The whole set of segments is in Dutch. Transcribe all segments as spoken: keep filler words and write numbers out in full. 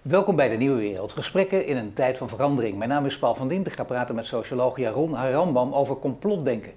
Welkom bij de Nieuwe Wereld. Gesprekken in een tijd van verandering. Mijn naam is Paul van Diemt. Ik ga praten met socioloog Jeroen Harambam over complotdenken.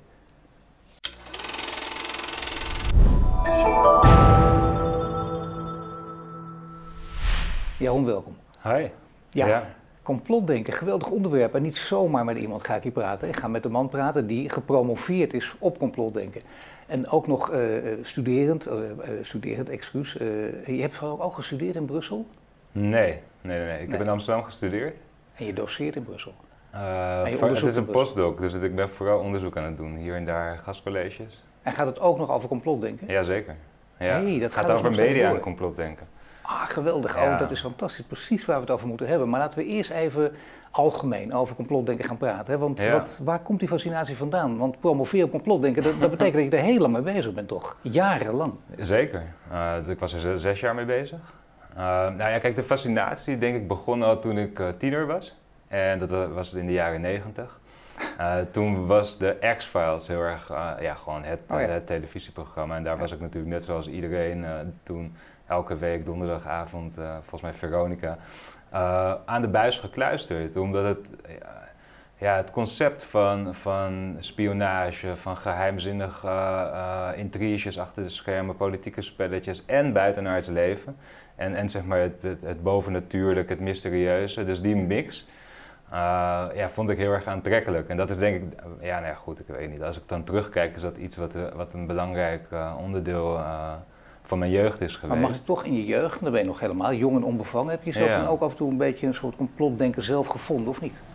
Jeroen, welkom. Hi. Ja, ja. Complotdenken, geweldig onderwerp. En niet zomaar met iemand ga ik hier praten. Ik ga met een man praten die gepromoveerd is op complotdenken. En ook nog uh, studerend, uh, uh, studerend, excuus. Uh, je hebt vooral ook gestudeerd in Brussel? Nee, nee, nee. nee. Ik nee. heb in Amsterdam gestudeerd. En je doseert in Brussel? Uh, het is een postdoc, dus ik ben vooral onderzoek aan het doen. Hier en daar gastcolleges. En gaat het ook nog over complotdenken? Jazeker. Ja. Hey, dat het gaat gaat over media en complotdenken. Ah, geweldig. Ja. Oh, dat is fantastisch. Precies waar we het over moeten hebben. Maar laten we eerst even algemeen over complotdenken gaan praten. Hè? Want Ja. wat, waar komt die fascinatie vandaan? Want promoveren op complotdenken, dat, dat betekent dat je er heel lang mee bezig bent, toch? Jarenlang. Zeker. Uh, ik was er zes jaar mee bezig. Uh, nou ja, kijk, de fascinatie denk ik begon al toen ik uh, tiener was. En dat was in de jaren negentig. Uh, toen was de X-Files heel erg, uh, ja, gewoon het, oh ja. het televisieprogramma. En daar was ik natuurlijk net zoals iedereen uh, toen elke week donderdagavond, uh, volgens mij Veronica, uh, aan de buis gekluisterd. Omdat het, uh, ja, het concept van, van spionage, van geheimzinnige uh, uh, intriges achter de schermen, politieke spelletjes en buitenaards leven. En, en zeg maar het, het, het bovennatuurlijk, het mysterieuze, dus die mix. Uh, ja, vond ik heel erg aantrekkelijk. En dat is denk ik, ja, nou ja, goed, ik weet niet. Als ik dan terugkijk, is dat iets wat, wat een belangrijk uh, onderdeel uh, van mijn jeugd is geweest. Maar mag je toch in je jeugd, dan ben je nog helemaal jong en onbevangen, heb je jezelf ja. dan ook af en toe een beetje een soort complotdenken zelf gevonden, of niet?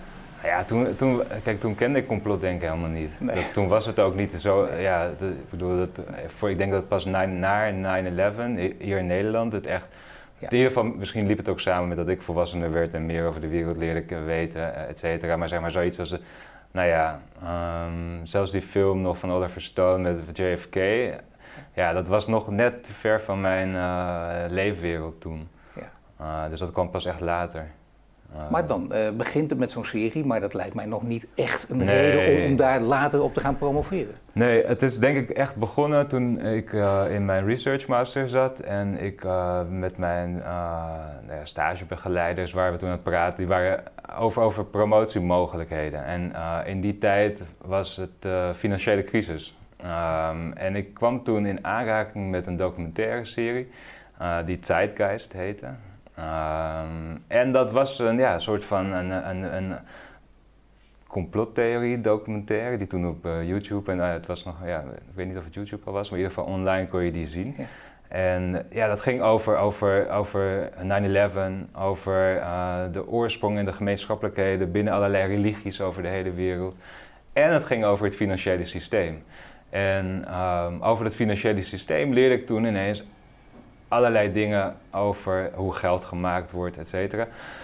Ja, toen, toen, kijk, toen kende ik complotdenken helemaal niet. Nee. Dat, toen was het ook niet zo, ja, dat, ik bedoel, dat, voor, ik denk dat het pas na nine eleven hier in Nederland het echt... Ja. In ieder geval, misschien liep het ook samen met dat ik volwassener werd en meer over de wereld leerde weten, et cetera. Maar zeg maar zoiets als, de, nou ja, um, zelfs die film nog van Oliver Stone met J F K. Ja, dat was nog net te ver van mijn uh, leefwereld toen. Ja. Uh, dus dat kwam pas echt later. Uh, maar dan uh, begint het met zo'n serie, maar dat lijkt mij nog niet echt een nee. reden om, om daar later op te gaan promoveren. Nee, het is denk ik echt begonnen toen ik uh, in mijn research master zat en ik uh, met mijn uh, nou ja, stagebegeleiders waar we toen aan het praten, die waren over, over promotiemogelijkheden. En uh, in die tijd was het uh, financiële crisis. Um, en ik kwam toen in aanraking met een documentaire serie uh, die Zeitgeist heette. Um, en dat was een ja, soort van een, een, een complottheorie documentaire die toen op uh, YouTube, en uh, het was nog, ja, ik weet niet of het YouTube al was, maar in ieder geval online kon je die zien. Ja. En ja, dat ging over, over, over nine eleven, over uh, de oorsprong en de gemeenschappelijkheden binnen allerlei religies over de hele wereld. En het ging over het financiële systeem. En um, over het financiële systeem leerde ik toen ineens allerlei dingen over hoe geld gemaakt wordt, et cetera.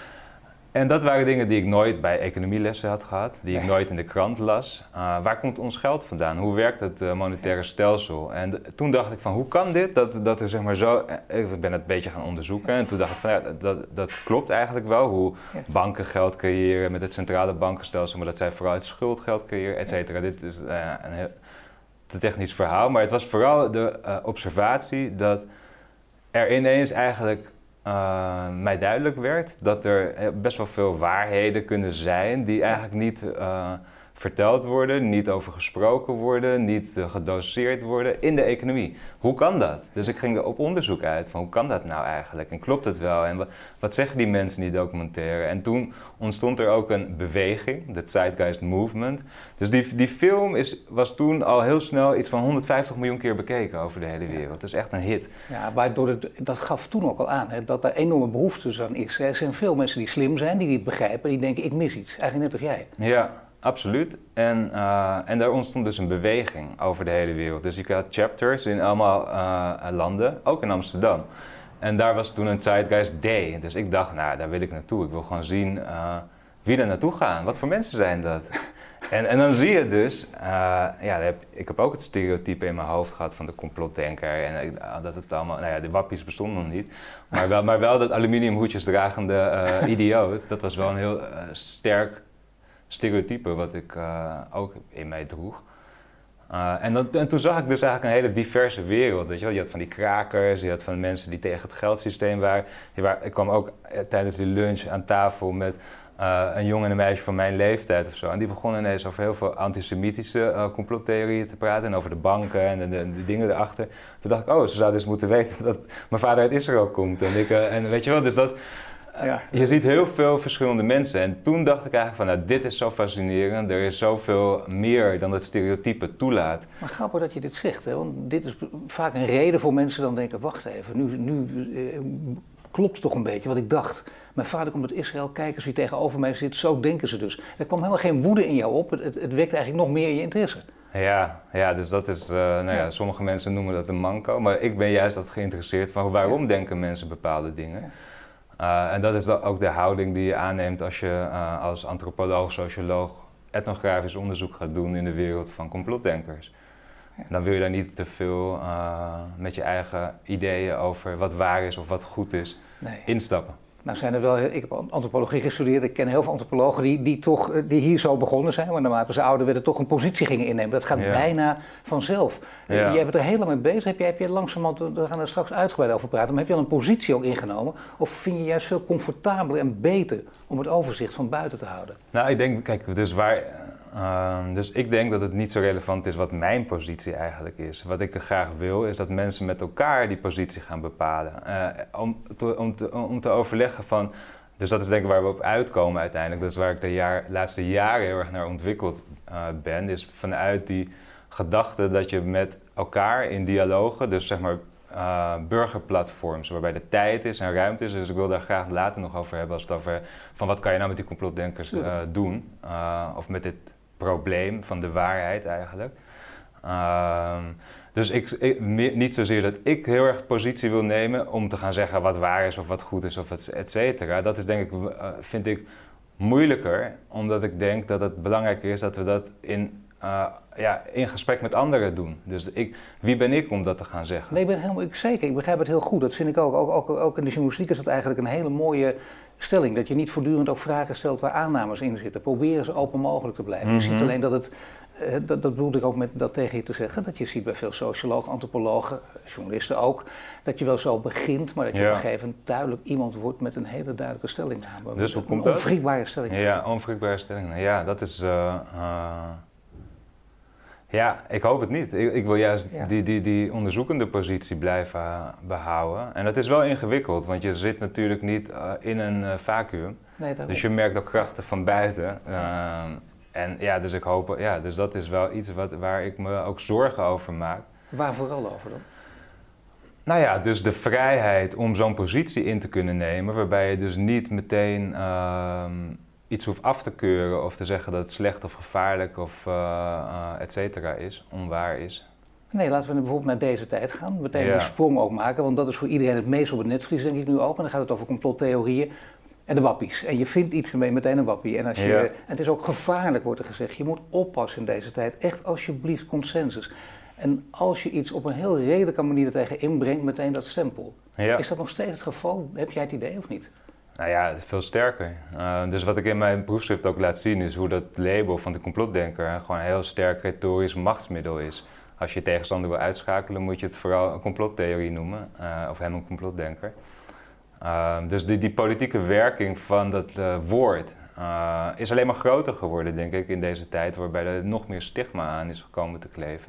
En dat waren dingen die ik nooit bij economielessen had gehad, die ik nee. nooit in de krant las. Uh, waar komt ons geld vandaan? Hoe werkt het uh, monetaire stelsel? En d- toen dacht ik van, hoe kan dit? Dat, dat er zeg maar zo... Ik ben het een beetje gaan onderzoeken en toen dacht ik van, ja, dat, dat klopt eigenlijk wel. Hoe banken geld creëren met het centrale bankenstelsel, maar dat zij vooral het schuldgeld creëren, et cetera. Dit is uh, een heel te technisch verhaal, maar het was vooral de uh, observatie dat er ineens eigenlijk uh, mij duidelijk werd dat er best wel veel waarheden kunnen zijn die eigenlijk niet uh, verteld worden, niet over gesproken worden, niet uh, gedoseerd worden in de economie. Hoe kan dat? Dus ik ging er op onderzoek uit van hoe kan dat nou eigenlijk en klopt het wel en wat, wat zeggen die mensen die documentaire? En toen ontstond er ook een beweging, de Zeitgeist Movement. Dus die, die film is, was toen al heel snel iets van honderdvijftig miljoen keer bekeken over de hele wereld. Dat is echt een hit. Ja, waardoor het, dat gaf toen ook al aan, hè, dat er enorme behoefte aan is. Er zijn veel mensen die slim zijn, die niet begrijpen, die denken ik mis iets. Eigenlijk net als jij. Ja. Absoluut. En, uh, en daar ontstond dus een beweging over de hele wereld. Dus je had chapters in allemaal uh, landen, ook in Amsterdam. En daar was toen een Zeitgeist Day. Dus ik dacht, nou, daar wil ik naartoe. Ik wil gewoon zien uh, wie er naartoe gaan. Wat voor mensen zijn dat? en, en dan zie je dus, uh, ja, heb, ik heb ook het stereotype in mijn hoofd gehad van de complotdenker. En uh, dat het allemaal, nou ja, de wappies bestonden nog niet. Maar wel, maar wel dat aluminiumhoedjes dragende uh, idioot. Dat was wel een heel uh, sterk stereotype wat ik uh, ook in mij droeg. Uh, en, dat, en toen zag ik dus eigenlijk een hele diverse wereld. Weet je wel? Je had van die krakers, je had van mensen die tegen het geldsysteem waren. Die waren ik kwam ook uh, tijdens die lunch aan tafel met uh, een jongen en een meisje van mijn leeftijd of zo. En die begonnen ineens over heel veel antisemitische uh, complottheorieën te praten. En over de banken en de, de, de dingen erachter. Toen dacht ik, oh, ze zouden dus moeten weten dat mijn vader uit Israël komt. En, ik, uh, en weet je wel, dus dat... Ja. Je ziet heel veel verschillende mensen en toen dacht ik eigenlijk van, nou, dit is zo fascinerend, er is zoveel meer dan dat stereotype toelaat. Maar grappig dat je dit zegt, hè? Want dit is vaak een reden voor mensen dan denken, wacht even, nu, nu eh, klopt het toch een beetje wat ik dacht. Mijn vader komt uit Israël, kijk eens wie tegenover mij zit, zo denken ze dus. Er kwam helemaal geen woede in jou op, het, het, het wekt eigenlijk nog meer je interesse. Ja, ja, dus dat is, uh, nou ja, ja, sommige mensen noemen dat een manco, maar ik ben juist dat geïnteresseerd van waarom ja. denken mensen bepaalde dingen. Ja. Uh, en dat is dan ook de houding die je aanneemt als je uh, als antropoloog, socioloog, etnografisch onderzoek gaat doen in de wereld van complotdenkers. Ja. Dan wil je daar niet te veel uh, met je eigen ideeën over wat waar is of wat goed is nee. instappen. Nou zijn er wel, ik heb antropologie gestudeerd, ik ken heel veel antropologen die, die, toch, die hier zo begonnen zijn, maar naarmate ze ouder werden toch een positie gingen innemen. Dat gaat ja. bijna vanzelf. Ja. Jij bent er heel lang mee bezig, heb je, heb je langzamerhand, we gaan er straks uitgebreid over praten, maar heb je al een positie ook ingenomen? Of vind je juist veel comfortabeler en beter om het overzicht van buiten te houden? Nou, ik denk, kijk, dus waar... Uh, dus ik denk dat het niet zo relevant is wat mijn positie eigenlijk is. Wat ik graag wil, is dat mensen met elkaar die positie gaan bepalen. Uh, om, te, om, te, om te overleggen van... Dus dat is denk ik waar we op uitkomen uiteindelijk. Dat is waar ik de jaar, laatste jaren heel erg naar ontwikkeld uh, ben. Is vanuit die gedachte dat je met elkaar in dialogen... Dus zeg maar uh, burgerplatforms waarbij de tijd is en ruimte is. Dus ik wil daar graag later nog over hebben. Als het over van wat kan je nou met die complotdenkers uh, doen. Uh, of met dit... probleem van de waarheid eigenlijk. Uh, dus ik, ik, niet zozeer dat ik heel erg positie wil nemen om te gaan zeggen wat waar is of wat goed is of et cetera. Dat is denk ik, uh, vind ik moeilijker, omdat ik denk dat het belangrijker is dat we dat in, uh, ja, in gesprek met anderen doen. Dus ik, wie ben ik om dat te gaan zeggen? Nee, ik ben helemaal, ik, zeker, ik begrijp het heel goed. Dat vind ik ook. Ook, ook, ook in de journalistiek is dat eigenlijk een hele mooie stelling. Dat je niet voortdurend ook vragen stelt waar aannames in zitten. Probeer zo open mogelijk te blijven. Mm-hmm. Je ziet alleen dat het, uh, dat, dat bedoelde ik ook met dat tegen je te zeggen, dat je ziet bij veel sociologen, antropologen, journalisten ook, dat je wel zo begint, maar dat je ja. op een gegeven moment duidelijk iemand wordt met een hele duidelijke stelling. Dus hoe komt een onwrikbare stelling. Ja, onwrikbare stelling. Ja, dat is... Uh, uh... Ja, ik hoop het niet. Ik, ik wil juist ja. die, die, die onderzoekende positie blijven uh, behouden. En dat is wel ingewikkeld, want je zit natuurlijk niet uh, in een uh, vacuüm. Nee, dus je merkt ook krachten van buiten. Uh, en ja, dus ik hoop, ja, dus dat is wel iets wat, waar ik me ook zorgen over maak. Waar vooral over dan? Nou ja, dus de vrijheid om zo'n positie in te kunnen nemen, waarbij je dus niet meteen... Uh, iets hoeft af te keuren of te zeggen dat het slecht of gevaarlijk of uh, uh, et cetera is, onwaar is. Nee, laten we bijvoorbeeld naar deze tijd gaan. Meteen ja. een sprong ook maken, want dat is voor iedereen het meest op het netvlies, denk ik nu ook. En dan gaat het over complottheorieën en de wappies. En je vindt iets ermee, meteen een wappie. En, als je, ja. en het is ook gevaarlijk, wordt er gezegd. Je moet oppassen in deze tijd. Echt alsjeblieft consensus. En als je iets op een heel redelijke manier er tegen inbrengt, meteen dat stempel. Ja. Is dat nog steeds het geval? Heb jij het idee of niet? Nou ja, veel sterker. Uh, dus wat ik in mijn proefschrift ook laat zien is hoe dat label van de complotdenker gewoon een heel sterk retorisch machtsmiddel is. Als je je tegenstander wil uitschakelen, moet je het vooral een complottheorie noemen, uh, of hem een complotdenker. Uh, dus die, die politieke werking van dat uh, woord uh, is alleen maar groter geworden, denk ik, in deze tijd, waarbij er nog meer stigma aan is gekomen te kleven.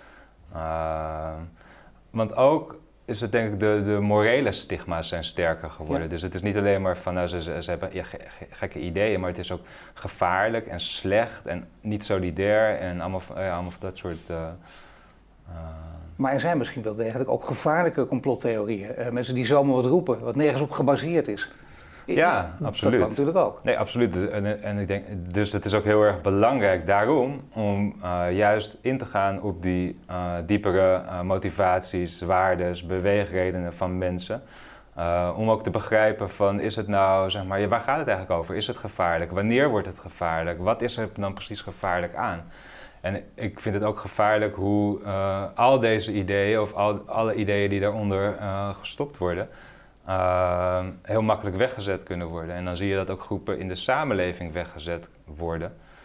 Uh, want ook... is het denk ik de, de morele stigma's zijn sterker geworden. Ja. Dus het is niet alleen maar van, nou, ze, ze, ze hebben ja, ge, ge, gekke ideeën, maar het is ook gevaarlijk en slecht en niet solidair en allemaal, ja, allemaal dat soort... Uh, uh... Maar er zijn misschien wel degelijk ook gevaarlijke complottheorieën. Uh, mensen die zomaar wat roepen, wat nergens op gebaseerd is. Ja, absoluut. Dat kan natuurlijk ook. Nee, absoluut. En, en ik denk, dus het is ook heel erg belangrijk daarom om uh, juist in te gaan op die uh, diepere uh, motivaties, waardes, beweegredenen van mensen. Uh, om ook te begrijpen van, is het nou, zeg maar, waar gaat het eigenlijk over? Is het gevaarlijk? Wanneer wordt het gevaarlijk? Wat is er dan precies gevaarlijk aan? En ik vind het ook gevaarlijk hoe uh, al deze ideeën, of al, alle ideeën die daaronder uh, gestopt worden, Uh, heel makkelijk weggezet kunnen worden. En dan zie je dat ook groepen in de samenleving weggezet worden.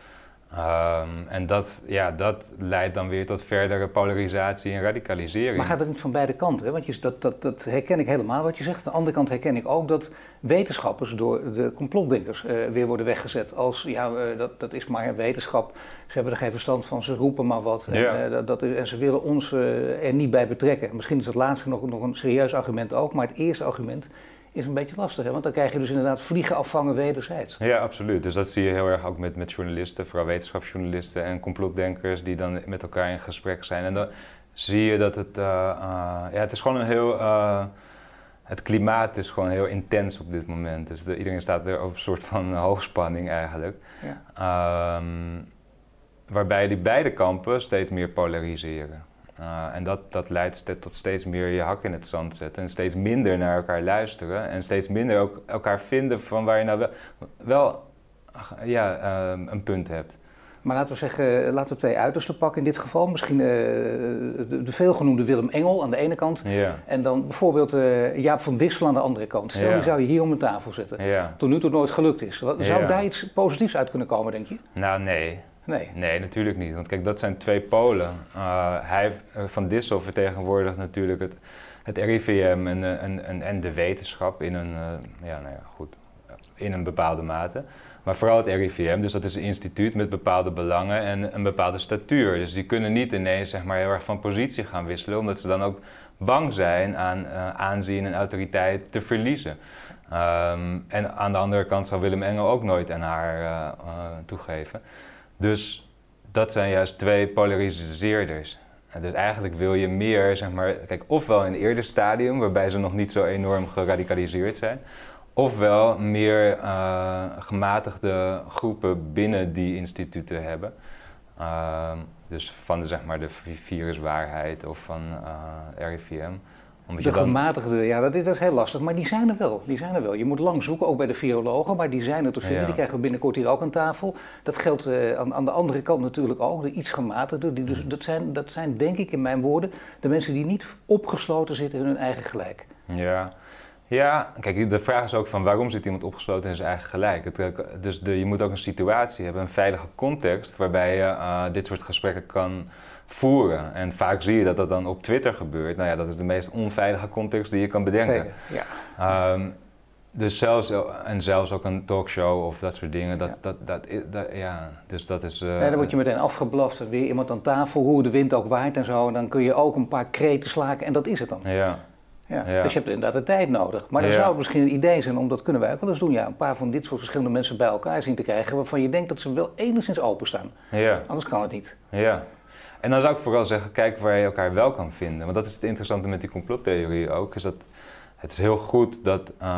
Um, en dat, ja, dat leidt dan weer tot verdere polarisatie en radicalisering. Maar gaat het niet van beide kanten? Hè? Want je, dat, dat, dat herken ik helemaal wat je zegt. Aan de andere kant herken ik ook dat wetenschappers door de complotdenkers uh, weer worden weggezet. Als, ja, uh, dat, dat is maar een wetenschap. Ze hebben er geen verstand van, ze roepen maar wat. Ja. En, uh, dat, dat, en ze willen ons uh, er niet bij betrekken. Misschien is het laatste nog, nog een serieus argument ook. Maar het eerste argument is een beetje lastig, hè? Want dan krijg je dus inderdaad vliegen afvangen wederzijds. Ja, absoluut. Dus dat zie je heel erg ook met, met journalisten, vooral wetenschapsjournalisten en complotdenkers die dan met elkaar in gesprek zijn. En dan zie je dat het, uh, uh, ja, het is gewoon een heel, uh, het klimaat is gewoon heel intens op dit moment. Dus de, iedereen staat er op een soort van hoogspanning eigenlijk. Ja. Um, waarbij die beide kampen steeds meer polariseren. Uh, en dat, dat leidt st- tot steeds meer je hak in het zand zetten en steeds minder naar elkaar luisteren en steeds minder ook elkaar vinden van waar je nou wel, wel ja, uh, een punt hebt. Maar laten we zeggen, laten we twee uitersten pakken in dit geval. Misschien uh, de, de veelgenoemde Willem Engel aan de ene kant Ja. en dan bijvoorbeeld uh, Jaap van Dissel aan de andere kant. Stel, Ja. die zou je hier om de tafel zetten. Ja. Tot nu toe nooit gelukt is. Zou Ja. daar iets positiefs uit kunnen komen, denk je? Nou, nee. Nee. Nee, natuurlijk niet. Want kijk, dat zijn twee polen. Uh, hij, Van Dissel vertegenwoordigt natuurlijk het, het R I V M en, uh, en, en, en de wetenschap in een, uh, ja, nou ja, goed, in een bepaalde mate. Maar vooral het R I V M, dus dat is een instituut met bepaalde belangen en een bepaalde statuur. Dus die kunnen niet ineens zeg maar, heel erg van positie gaan wisselen, omdat ze dan ook bang zijn aan uh, aanzien en autoriteit te verliezen. Um, en aan de andere kant zal Willem Engel ook nooit aan haar uh, uh, toegeven. Dus dat zijn juist twee polariseerders. En dus eigenlijk wil je meer, zeg maar, kijk, ofwel in een eerder stadium waarbij ze nog niet zo enorm geradicaliseerd zijn, ofwel meer uh, gematigde groepen binnen die instituten hebben. Uh, dus van de, zeg maar, de viruswaarheid of van uh, R I V M. De dan... gematigde, ja, dat is, dat is heel lastig, maar die zijn er wel. Die zijn er wel. Je moet lang zoeken, ook bij de virologen, maar die zijn er te vinden. Ja. Die krijgen we binnenkort hier ook aan tafel. Dat geldt uh, aan, aan de andere kant natuurlijk ook, de iets gematigder. Die dus, dat, zijn, dat zijn, denk ik in mijn woorden, de mensen die niet opgesloten zitten in hun eigen gelijk. Ja. Ja, kijk, de vraag is ook van waarom zit iemand opgesloten in zijn eigen gelijk. Het, dus de, je moet ook een situatie hebben, een veilige context waarbij je uh, dit soort gesprekken kan voeren. En vaak zie je dat dat dan op Twitter gebeurt. Nou ja, dat is de meest onveilige context die je kan bedenken. Zeker, ja. Um, dus zelfs, en zelfs ook een talkshow of dat soort dingen, dat, ja. Dat, dat, dat, dat, ja, dus dat is... Uh, ja, dan word je meteen afgeblaft, weer iemand aan tafel, hoe de wind ook waait en zo. En dan kun je ook een paar kreten slaken en dat is het dan. Ja. Ja, ja. Dus je hebt inderdaad de tijd nodig. Maar dan ja. zou het misschien een idee zijn, om dat kunnen wij ook wel eens doen. Ja, een paar van dit soort verschillende mensen bij elkaar zien te krijgen, waarvan je denkt dat ze wel enigszins openstaan. Ja. Anders kan het niet. Ja. En dan zou ik vooral zeggen, kijk waar je elkaar wel kan vinden. Want dat is het interessante met die complottheorie ook. Is dat het is heel goed dat, uh,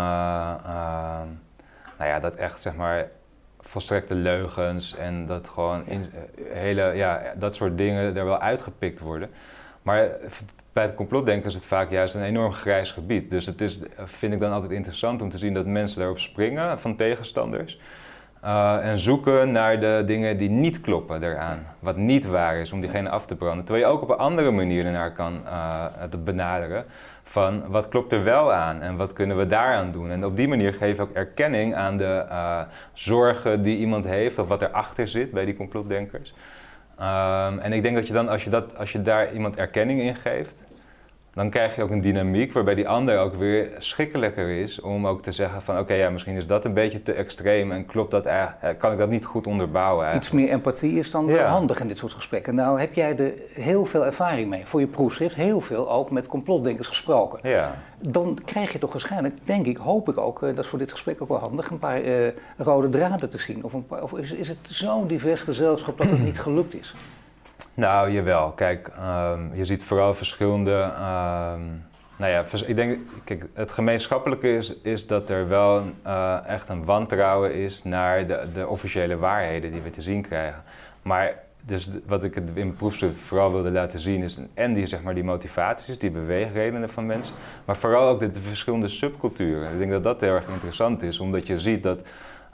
uh, nou ja, dat echt zeg maar volstrekte leugens en dat gewoon in, uh, hele, ja, dat soort dingen er wel uitgepikt worden. Maar bij het complotdenken is het vaak juist een enorm grijs gebied. Dus het is, vind ik dan altijd interessant om te zien dat mensen daarop springen van tegenstanders. Uh, en zoeken naar de dingen die niet kloppen eraan. Wat niet waar is, om diegene af te branden. Terwijl je ook op een andere manier ernaar kan uh, het benaderen. Van wat klopt er wel aan en wat kunnen we daaraan doen. En op die manier geef je ook erkenning aan de uh, zorgen die iemand heeft. Of wat erachter zit bij die complotdenkers. Um, en ik denk dat je dan, als je, dat, als je daar iemand erkenning in geeft, dan krijg je ook een dynamiek waarbij die ander ook weer schikkelijker is om ook te zeggen van oké, okay, ja, misschien is dat een beetje te extreem en klopt dat eigenlijk, kan ik dat niet goed onderbouwen eigenlijk. Iets meer empathie is dan ja. handig in dit soort gesprekken. Nou heb jij er heel veel ervaring mee, voor je proefschrift heel veel ook met complotdenkers gesproken. Ja. Dan krijg je toch waarschijnlijk, denk ik, hoop ik ook, dat is voor dit gesprek ook wel handig, een paar uh, rode draden te zien. Of, een paar, of is, is het zo'n divers gezelschap dat het niet gelukt is? Nou, jawel. Kijk, um, je ziet vooral verschillende... Um, nou ja, vers- ik denk, kijk, het gemeenschappelijke is, is dat er wel uh, echt een wantrouwen is naar de, de officiële waarheden die we te zien krijgen. Maar dus wat ik in mijn proefschrift vooral wilde laten zien is en die, zeg maar, die motivaties, die beweegredenen van mensen, maar vooral ook de, de verschillende subculturen. Ik denk dat dat heel erg interessant is, omdat je ziet dat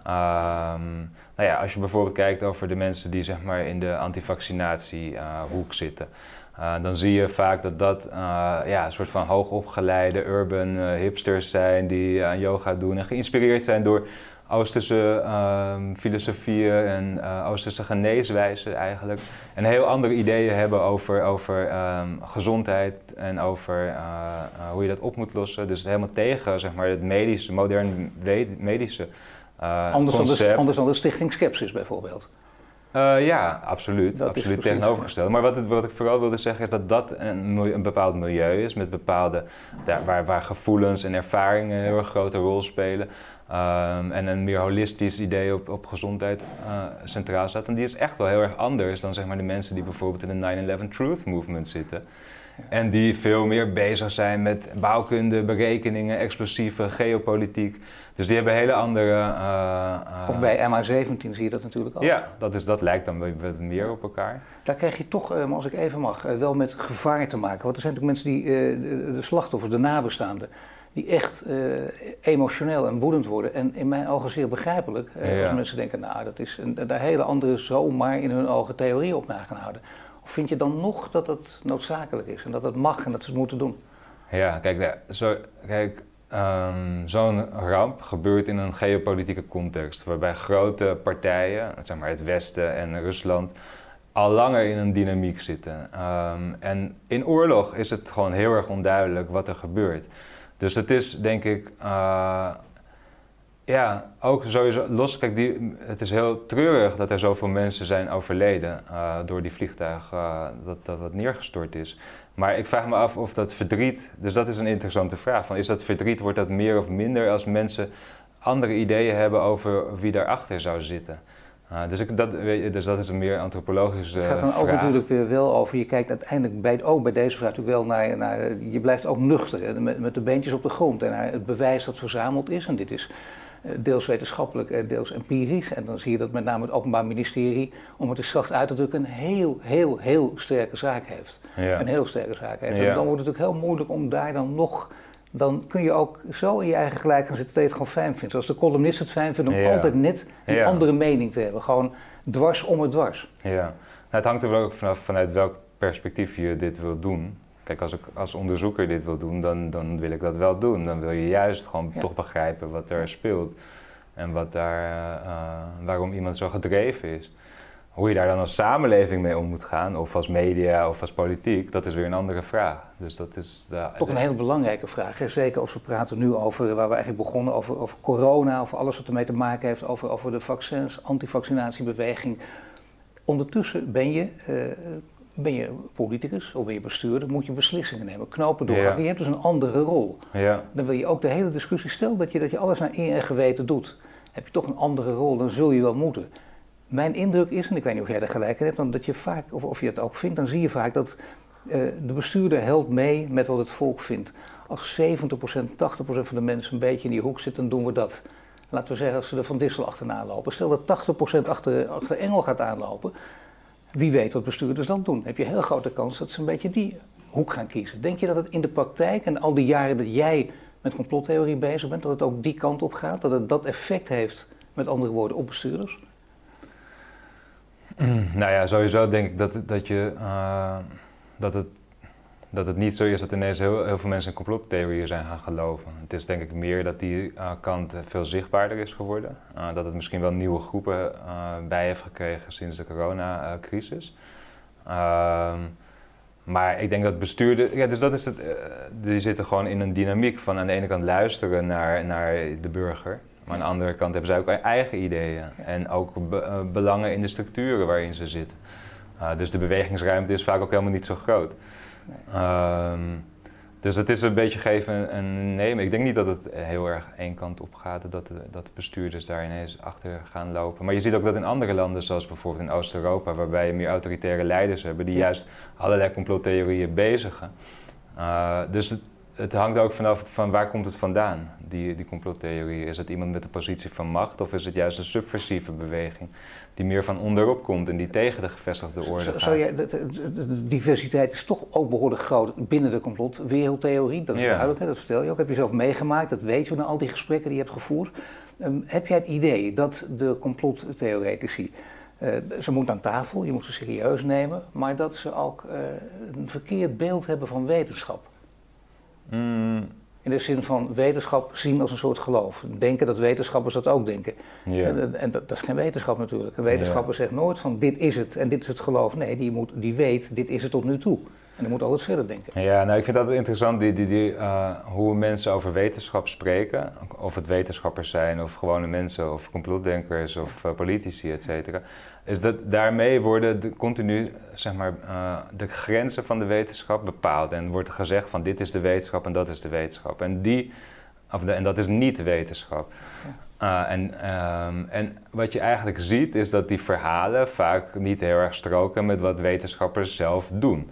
Um, nou ja, als je bijvoorbeeld kijkt over de mensen die zeg maar in de antivaccinatiehoek uh, zitten, uh, dan zie je vaak dat dat uh, ja, een soort van hoogopgeleide urban uh, hipsters zijn die aan uh, yoga doen en geïnspireerd zijn door Oosterse uh, filosofieën en uh, Oosterse geneeswijzen eigenlijk. En heel andere ideeën hebben over, over um, gezondheid en over uh, uh, hoe je dat op moet lossen. Dus helemaal tegen zeg maar, het medische, moderne medische uh, anders concept. Dan de, anders dan de Stichting Skepsis bijvoorbeeld. Uh, ja, absoluut. absoluut tegenovergesteld. Maar wat, het, wat ik vooral wilde zeggen is dat dat een, een bepaald milieu is met bepaalde, daar, waar, waar gevoelens en ervaringen een heel erg grote rol spelen. Um, en een meer holistisch idee op, op gezondheid uh, centraal staat. En die is echt wel heel erg anders dan zeg maar, de mensen die bijvoorbeeld in de nine eleven Truth Movement zitten. Ja. En die veel meer bezig zijn met bouwkunde, berekeningen, explosieven, geopolitiek. Dus die hebben hele andere... Uh, uh, of bij M H zeventien zie je dat natuurlijk ook. Ja, dat, is, dat lijkt dan wat meer op elkaar. Daar krijg je toch, um, als ik even mag, uh, wel met gevaar te maken. Want er zijn natuurlijk mensen die, uh, de, de slachtoffers, de nabestaanden, die echt uh, emotioneel en woedend worden. En in mijn ogen zeer begrijpelijk. Uh, ja. Als mensen denken, nou, dat is een, daar hele andere zomaar in hun ogen theorie op na gaan houden. Of vind je dan nog dat het noodzakelijk is en dat het mag en dat ze het moeten doen? Ja, kijk, ja, zo, kijk um, zo'n ramp gebeurt in een geopolitieke context. Waarbij grote partijen, zeg maar het Westen en Rusland, al langer in een dynamiek zitten. Um, en in oorlog is het gewoon heel erg onduidelijk wat er gebeurt. Dus het is, denk ik, uh, ja, ook sowieso los. Kijk, die, het is heel treurig dat er zoveel mensen zijn overleden uh, door die vliegtuig uh, dat, dat wat neergestort is. Maar ik vraag me af of dat verdriet, dus dat is een interessante vraag, van is dat verdriet, wordt dat meer of minder als mensen andere ideeën hebben over wie daarachter zou zitten? Uh, dus, ik, dat, dus dat is een meer antropologische vraag. Het gaat dan vraag. ook natuurlijk weer wel over, je kijkt uiteindelijk bij, ook bij deze vraag natuurlijk wel naar, naar je blijft ook nuchter, met, met de beentjes op de grond en naar het bewijs dat verzameld is. En dit is uh, deels wetenschappelijk, deels empirisch. En dan zie je dat met name het Openbaar Ministerie, om het eens zacht uit te drukken, een heel, heel, heel sterke zaak heeft. Ja. Een heel sterke zaak heeft. Ja. En dan wordt het natuurlijk heel moeilijk om daar dan nog... Dan kun je ook zo in je eigen gelijk gaan zitten dat je het gewoon fijn vindt. Zoals de columnist het fijn vindt om ja. altijd net een ja. andere mening te hebben. Gewoon dwars om het dwars. Ja, nou, het hangt er wel ook vanaf vanuit welk perspectief je dit wil doen. Kijk, als ik als onderzoeker dit wil doen, dan, dan wil ik dat wel doen. Dan wil je juist gewoon ja. toch begrijpen wat er speelt. En wat daar, uh, waarom iemand zo gedreven is. Hoe je daar dan als samenleving mee om moet gaan, of als media of als politiek, dat is weer een andere vraag. Dus dat is de, toch een hele belangrijke vraag. Hè? Zeker als we praten nu over waar we eigenlijk begonnen, over, over corona, over alles wat ermee te maken heeft, over, over de vaccins, antivaccinatiebeweging. Ondertussen ben je, uh, ben je politicus of ben je bestuurder, moet je beslissingen nemen, knopen doorhakken. Ja. Je hebt dus een andere rol. Ja. Dan wil je ook de hele discussie, stel dat je, dat je alles naar eer en geweten doet, heb je toch een andere rol, dan zul je wel moeten. Mijn indruk is, en ik weet niet of jij er gelijk in hebt, maar dat je vaak, of, of je het ook vindt, dan zie je vaak dat uh, de bestuurder helpt mee met wat het volk vindt. Als zeventig procent, tachtig procent van de mensen een beetje in die hoek zitten, dan doen we dat. Laten we zeggen, als ze er Van Dissel achterna lopen. Stel dat tachtig procent achter, achter Engel gaat aanlopen, wie weet wat bestuurders dan doen. Dan heb je een heel grote kans dat ze een beetje die hoek gaan kiezen. Denk je dat het in de praktijk, en al die jaren dat jij met complottheorie bezig bent, dat het ook die kant op gaat? Dat het dat effect heeft, met andere woorden, op bestuurders? Nou ja, sowieso denk ik dat, dat, je, uh, dat, het, dat het niet zo is dat ineens heel, heel veel mensen in complottheorieën zijn gaan geloven. Het is denk ik meer dat die uh, kant veel zichtbaarder is geworden. Uh, dat het misschien wel nieuwe groepen uh, bij heeft gekregen sinds de coronacrisis. Uh, maar ik denk dat bestuurders, ja, dus dat is het, uh, die zitten gewoon in een dynamiek van aan de ene kant luisteren naar, naar de burger. Maar aan de andere kant hebben zij ook eigen ideeën ja. en ook be- uh, belangen in de structuren waarin ze zitten. Uh, dus de bewegingsruimte is vaak ook helemaal niet zo groot. Nee. Um, dus het is een beetje geven en nemen. Ik denk niet dat het heel erg één kant op gaat, dat de, dat de bestuurders daar ineens achter gaan lopen. Maar je ziet ook dat in andere landen, zoals bijvoorbeeld in Oost-Europa, waarbij je meer autoritaire leiders hebben die ja. juist allerlei complottheorieën bezigen. Uh, dus het, het hangt ook vanaf van waar komt het vandaan, die, die complottheorie. Is het iemand met een positie van macht of is het juist een subversieve beweging die meer van onderop komt en die tegen de gevestigde orde zo, gaat? zo, ja, de, de, de diversiteit is toch ook behoorlijk groot binnen de complotwereldtheorie, dat is ja. duidelijk, hè, dat vertel je ook. Heb je zelf meegemaakt, dat weet je na al die gesprekken die je hebt gevoerd. Um, heb jij het idee dat de complottheoretici, uh, ze moeten aan tafel, je moet ze serieus nemen, maar dat ze ook uh, een verkeerd beeld hebben van wetenschap? Mm. In de zin van wetenschap zien als een soort geloof. Denken dat wetenschappers dat ook denken. Yeah. En, en dat, dat is geen wetenschap natuurlijk. Een wetenschapper yeah. zegt nooit van dit is het en dit is het geloof. Nee, die, moet, die weet dit is het tot nu toe. En die moet altijd verder denken. Ja, nou ik vind dat wel interessant die, die, die, uh, hoe mensen over wetenschap spreken. Of het wetenschappers zijn of gewone mensen of complotdenkers of uh, politici, et cetera. Is dat daarmee worden de, continu zeg maar, uh, de grenzen van de wetenschap bepaald. En wordt er gezegd van dit is de wetenschap en dat is de wetenschap. En, die, of de, en dat is niet de wetenschap. Ja. Uh, en, um, en wat je eigenlijk ziet is dat die verhalen vaak niet heel erg stroken met wat wetenschappers zelf doen.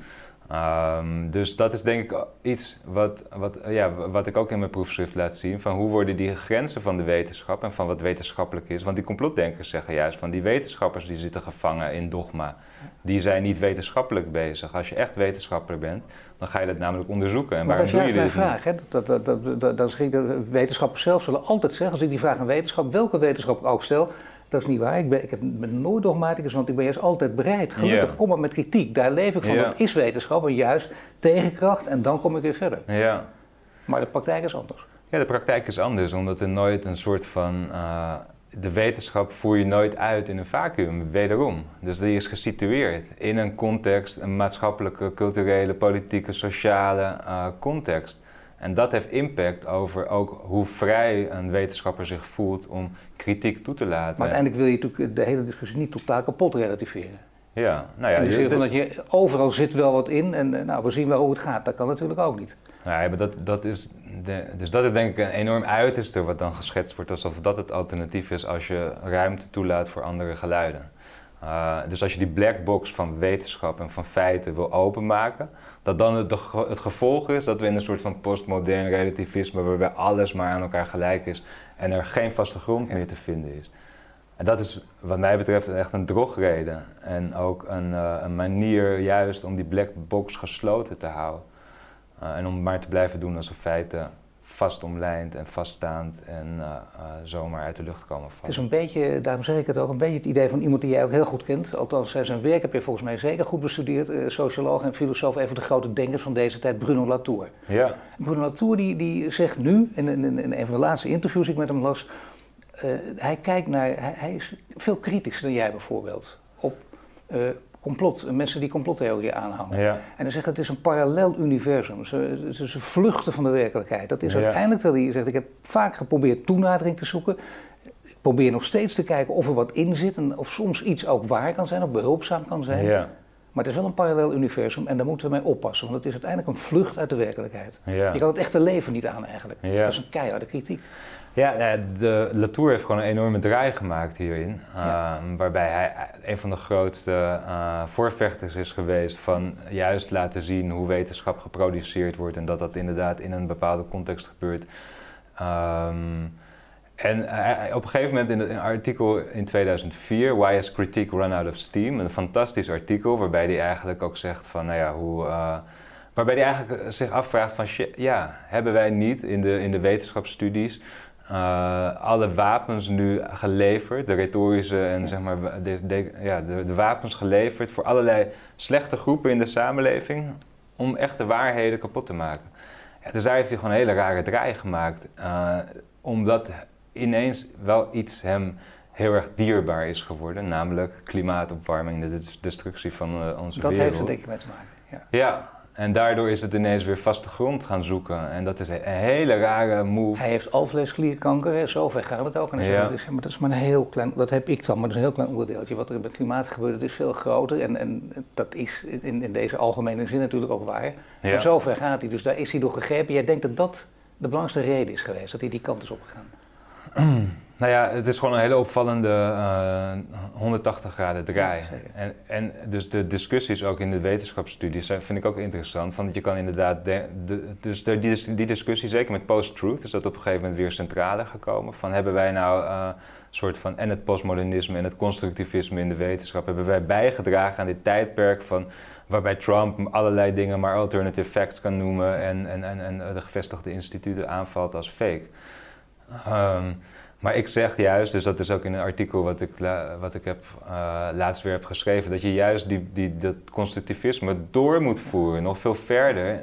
Um, dus dat is denk ik iets wat, wat, ja, wat ik ook in mijn proefschrift laat zien. Van hoe worden die grenzen van de wetenschap en van wat wetenschappelijk is. Want die complotdenkers zeggen juist van die wetenschappers die zitten gevangen in dogma. Die zijn niet wetenschappelijk bezig. Als je echt wetenschapper bent, dan ga je dat namelijk onderzoeken. En maar waarom dat is doe je juist mijn vraag. Hè? Dat, dat, dat, dat, dat is, de wetenschappers zelf zullen altijd zeggen, als ik die vraag aan wetenschap, welke wetenschapper ook stel, dat is niet waar. Ik ben, ik ben nooit dogmaticus, want ik ben juist altijd bereid. Gelukkig yeah. kom maar met kritiek. Daar leef ik van. Yeah. Dat is wetenschap en juist tegenkracht en dan kom ik weer verder. Ja. Maar de praktijk is anders. Ja, de praktijk is anders, omdat er nooit een soort van... Uh, de wetenschap voer je nooit uit in een vacuüm, wederom. Dus die is gesitueerd in een context, een maatschappelijke, culturele, politieke, sociale uh, context. En dat heeft impact over ook hoe vrij een wetenschapper zich voelt om kritiek toe te laten. Maar uiteindelijk wil je natuurlijk de hele discussie niet totaal kapot relativeren. Ja, nou ja. In de zin van dat je overal zit wel wat in en nou, we zien wel hoe het gaat. Dat kan natuurlijk ook niet. Nou ja, maar dat, dat is de, dus dat is denk ik een enorm uiterste wat dan geschetst wordt alsof dat het alternatief is als je ruimte toelaat voor andere geluiden. Uh, dus als je die black box van wetenschap en van feiten wil openmaken, dat dan het, het gevolg is dat we in een soort van postmodern relativisme waarbij alles maar aan elkaar gelijk is en er geen vaste grond meer te vinden is. En dat is wat mij betreft echt een drogreden en ook een, uh, een manier juist om die black box gesloten te houden. Uh, en om maar te blijven doen alsof feiten vast omlijnd en vaststaand en uh, uh, zomaar uit de lucht komen vallen. Het is een beetje, daarom zeg ik het ook, een beetje het idee van iemand die jij ook heel goed kent. Althans, zijn werk heb je volgens mij zeker goed bestudeerd. Uh, socioloog en filosoof, een van de grote denkers van deze tijd, Bruno Latour. Ja. Bruno Latour die, die zegt nu, in, in, in een van de laatste interviews die ik met hem las, uh, hij kijkt naar, hij, hij is veel kritischer dan jij bijvoorbeeld op uh, complot, mensen die complottheorieën aanhangen. Ja. En dan zegt het is een parallel universum. Ze, ze, ze vluchten van de werkelijkheid. Dat is ja. uiteindelijk dat hij zegt, ik heb vaak geprobeerd toenadering te zoeken. Ik probeer nog steeds te kijken of er wat in zit en of soms iets ook waar kan zijn of behulpzaam kan zijn. Ja. Maar het is wel een parallel universum en daar moeten we mee oppassen, want het is uiteindelijk een vlucht uit de werkelijkheid. Ja. Je kan het echte leven niet aan eigenlijk. Ja. Dat is een keiharde kritiek. Ja, de Latour heeft gewoon een enorme draai gemaakt hierin. Ja. Uh, waarbij hij een van de grootste uh, voorvechters is geweest van juist laten zien hoe wetenschap geproduceerd wordt en dat dat inderdaad in een bepaalde context gebeurt. Um, en uh, op een gegeven moment in een artikel in tweeduizend vier, Why has Critique Run Out of Steam? Een fantastisch artikel waarbij hij eigenlijk ook zegt van, nou ja, hoe... Uh, waarbij hij eigenlijk zich afvraagt van, ja, hebben wij niet in de, in de wetenschapsstudies Uh, alle wapens nu geleverd, de retorische en ja. zeg maar de, de, ja, de, de wapens geleverd voor allerlei slechte groepen in de samenleving om echte waarheden kapot te maken. Ja, dus daar heeft hij gewoon een hele rare draai gemaakt, uh, omdat ineens wel iets hem heel erg dierbaar is geworden, namelijk klimaatopwarming, de destructie van uh, onze dat wereld. Dat heeft er denk ik mee te maken, ja. Ja. En daardoor is het ineens weer vaste grond gaan zoeken. En dat is een hele rare move. Hij heeft alvleesklierkanker, zover gaat het ook. En hij ja. zegt, dat, is, maar dat is maar een heel klein, dat heb ik dan, maar dat is een heel klein onderdeeltje. Wat er met klimaat gebeurt, dat is veel groter. En, en dat is in, in deze algemene zin natuurlijk ook waar. Ja. Maar zover gaat hij, dus daar is hij door gegrepen. Jij denkt dat dat de belangrijkste reden is geweest, dat hij die kant is opgegaan? Nou ja, het is gewoon een hele opvallende uh, honderdtachtig graden draai. Ja, en, en dus de discussies ook in de wetenschapsstudies vind ik ook interessant. Van dat je kan inderdaad, de, de, dus de, die, die discussie, zeker met post-truth, is dat op een gegeven moment weer centraler gekomen. Van hebben wij nou uh, soort van, en het postmodernisme en het constructivisme in de wetenschap, hebben wij bijgedragen aan dit tijdperk van waarbij Trump allerlei dingen maar alternative facts kan noemen en, en, en, en de gevestigde instituten aanvalt als fake. Um, Maar ik zeg juist, dus dat is ook in een artikel wat ik, wat ik heb, uh, laatst weer heb geschreven, dat je juist die, die, dat constructivisme door moet voeren, nog veel verder.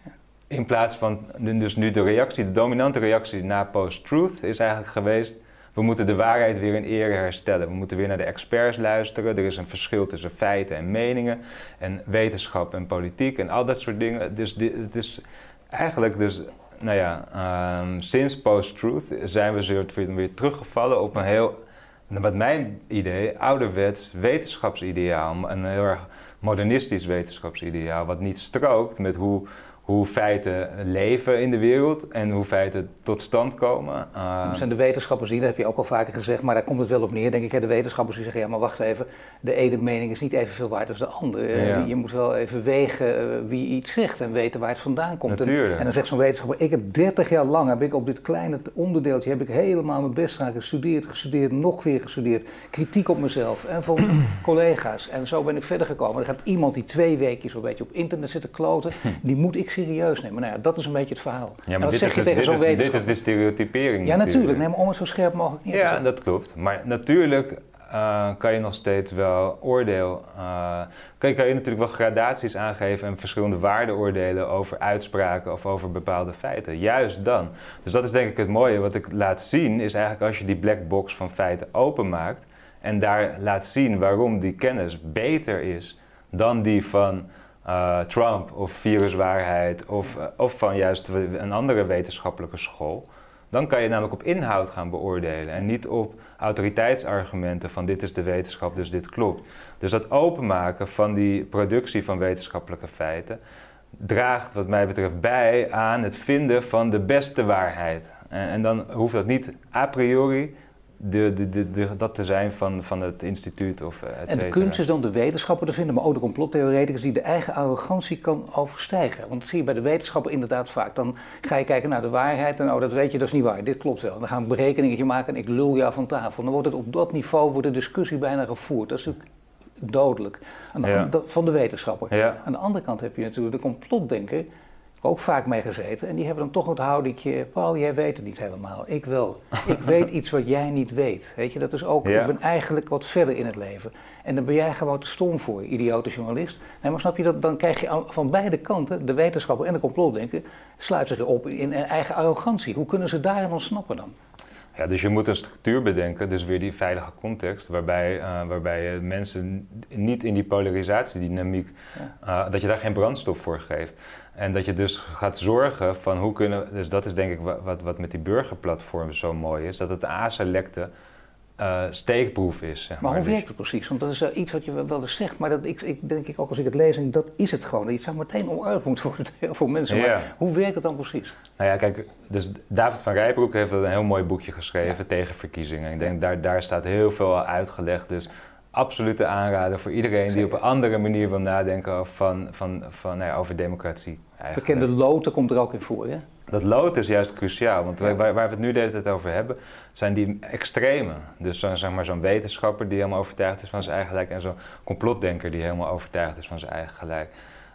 In plaats van, dus nu de reactie, de dominante reactie na post-truth is eigenlijk geweest, we moeten de waarheid weer in ere herstellen. We moeten weer naar de experts luisteren. Er is een verschil tussen feiten en meningen en wetenschap en politiek en al dat soort dingen. Dus dit, het is eigenlijk dus... Nou ja, um, sinds post-truth zijn we soort weer, weer teruggevallen op een heel, wat mijn idee, ouderwets wetenschapsideaal. Een heel erg modernistisch wetenschapsideaal, wat niet strookt met hoe, hoe feiten leven in de wereld en hoe feiten tot stand komen. Uh, er zijn de wetenschappers die, dat heb je ook al vaker gezegd, maar daar komt het wel op neer, denk ik. Hè, de wetenschappers die zeggen, ja maar wacht even, de ene mening is niet evenveel waard als de andere. Ja. Je moet wel even wegen uh, wie iets zegt en weten waar het vandaan komt. En, en dan zegt zo'n wetenschapper, ik heb dertig jaar lang, heb ik op dit kleine onderdeeltje, heb ik helemaal mijn best aan gestudeerd, gestudeerd, nog weer gestudeerd. Kritiek op mezelf en van collega's. En zo ben ik verder gekomen. Er gaat iemand die twee weken zo'n beetje op internet zitten kloten, die moet ik serieus nemen. Nou ja, dat is een beetje het verhaal. Ja, maar dit, zeg is, je tegen dit, is, dit is de stereotypering. Ja, natuurlijk. Neem om het zo scherp mogelijk neer te zetten. Ja, dat klopt. Maar natuurlijk uh, kan je nog steeds wel oordeel... Uh, kan, je, kan je natuurlijk wel gradaties aangeven en verschillende waardeoordelen over uitspraken of over bepaalde feiten. Juist dan. Dus dat is denk ik het mooie. Wat ik laat zien is eigenlijk als je die black box van feiten openmaakt en daar laat zien waarom die kennis beter is dan die van... Uh, Trump of viruswaarheid of, uh, of van juist een andere wetenschappelijke school, dan kan je namelijk op inhoud gaan beoordelen en niet op autoriteitsargumenten van dit is de wetenschap, dus dit klopt. Dus dat openmaken van die productie van wetenschappelijke feiten draagt wat mij betreft bij aan het vinden van de beste waarheid. En, en dan hoeft dat niet a priori De, de, de, de, dat te zijn van, van het instituut of et cetera. En de kunst is dan de wetenschapper te vinden, maar ook de complottheoreticus die de eigen arrogantie kan overstijgen. Want dat zie je bij de wetenschapper inderdaad vaak. Dan ga je kijken naar de waarheid en oh, dat weet je, dat is niet waar, dit klopt wel. Dan gaan we een berekeningetje maken en ik lul jou van tafel. Dan wordt het op dat niveau wordt de discussie bijna gevoerd. Dat is natuurlijk dodelijk. Aan de, ja. Van de wetenschapper. Ja. Aan de andere kant heb je natuurlijk de complotdenker. Ook vaak mee gezeten en die hebben dan toch het houdingje, Paul, jij weet het niet helemaal, ik wel. Ik weet iets wat jij niet weet, weet je, dat is ook, ja. Ik ben eigenlijk wat verder in het leven. En dan ben jij gewoon te stom voor, idiote journalist. Nee, maar snap je dat, dan krijg je van beide kanten, de wetenschapper en de complotdenker, sluiten zich op in eigen arrogantie. Hoe kunnen ze daarin ontsnappen dan? Ja, dus je moet een structuur bedenken, dus weer die veilige context, waarbij, uh, waarbij je mensen niet in die polarisatiedynamiek, ja. uh, dat je daar geen brandstof voor geeft. En dat je dus gaat zorgen van hoe kunnen, dus dat is denk ik wat, wat met die burgerplatformen zo mooi is, dat het een aselecte uh, steekproef is. Zeg maar, maar hoe werkt het precies? Want dat is uh, iets wat je wel eens zegt, maar dat ik, ik denk ik ook als ik het lees, dat is het gewoon. Het zou meteen onuit moeten worden door heel veel mensen. Maar ja. Hoe werkt het dan precies? Nou ja, kijk, dus David van Rijbroek heeft een heel mooi boekje geschreven ja. tegen verkiezingen. Ik denk, daar, daar staat heel veel uitgelegd. Dus absolute aanrader voor iedereen Zeker. Die op een andere manier wil nadenken van, van, van, nou ja, over democratie. Eigenlijk. Bekende loten komt er ook in voor, hè? Dat loten is juist cruciaal, want ja. waar, waar we het nu de hele tijd over hebben, zijn die extremen. Dus zo, zeg maar zo'n wetenschapper die helemaal overtuigd is van zijn eigen gelijk en zo'n complotdenker die helemaal overtuigd is van zijn eigen gelijk.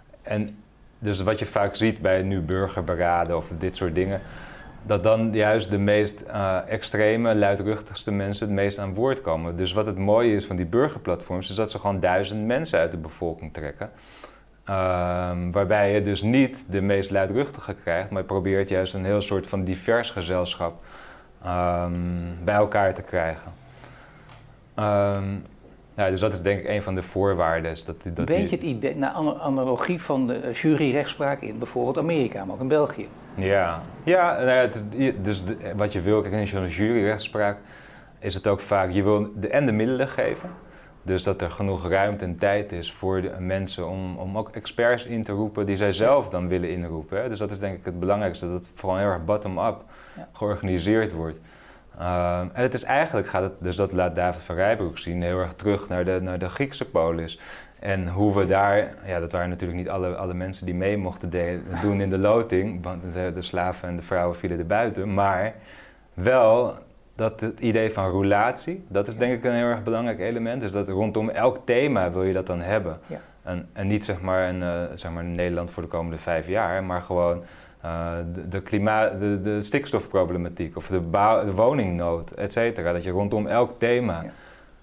En dus wat je vaak ziet bij nu burgerberaden of dit soort dingen, dat dan juist de meest uh, extreme, luidruchtigste mensen het meest aan woord komen. Dus wat het mooie is van die burgerplatforms, is dat ze gewoon duizend mensen uit de bevolking trekken. Um, waarbij je dus niet de meest luidruchtige krijgt, maar je probeert juist een heel soort van divers gezelschap um, bij elkaar te krijgen. Um, ja, dus dat is denk ik een van de voorwaarden. Dat, dat Beetje het idee, naar analogie van de juryrechtspraak in bijvoorbeeld Amerika, maar ook in België. Ja, ja nou ja het is, dus de, wat je wil, kijk, in zo'n juryrechtspraak is het ook vaak, je wil de, en de middelen geven. Dus dat er genoeg ruimte en tijd is voor de mensen om, om ook experts in te roepen die zij zelf dan willen inroepen. Hè. Dus dat is denk ik het belangrijkste, dat het vooral heel erg bottom-up ja. georganiseerd wordt. Uh, en het is eigenlijk, gaat het, dus dat laat David van Rijbroek zien, heel erg terug naar de, naar de Griekse polis. En hoe we daar, ja, dat waren natuurlijk niet alle, alle mensen die mee mochten delen, doen in de loting, want de, de slaven en de vrouwen vielen er buiten, maar wel dat het idee van roulatie, dat is denk ik een heel erg belangrijk element, dus dat rondom elk thema wil je dat dan hebben. Ja. En, en niet zeg maar, een, uh, zeg maar Nederland voor de komende vijf jaar, maar gewoon uh, de, de, klimaat, de, de stikstofproblematiek of de, bouw, de woningnood, et cetera. Dat je rondom elk thema ja.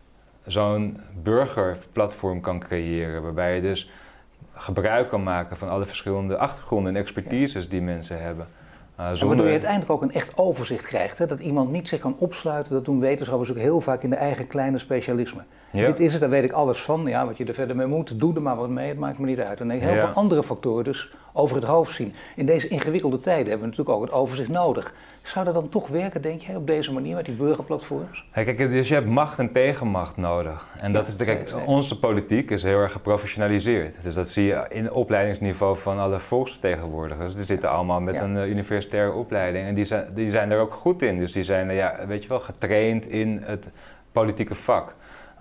zo'n burgerplatform kan creëren, waarbij je dus gebruik kan maken van alle verschillende achtergronden en expertises ja. die mensen hebben. Uh, zonder... Waardoor je uiteindelijk ook een echt overzicht krijgt. Hè? Dat iemand niet zich kan opsluiten. Dat doen wetenschappers ook heel vaak in de eigen kleine specialisme. Ja. Dit is het, daar weet ik alles van. Ja, wat je er verder mee moet, doe er maar wat mee. Het maakt me niet uit. En heel ja. veel andere factoren dus over het hoofd zien. In deze ingewikkelde tijden hebben we natuurlijk ook het overzicht nodig. Zou dat dan toch werken, denk je, op deze manier met die burgerplatforms? Hey, kijk, dus je hebt macht en tegenmacht nodig. En dat ja, is de, kijk, onze politiek is heel erg geprofessionaliseerd. Dus dat zie je in het opleidingsniveau van alle volksvertegenwoordigers. Die zitten allemaal met ja. een uh, universitaire opleiding en die zijn, die zijn er ook goed in. Dus die zijn, uh, ja, weet je wel, getraind in het politieke vak.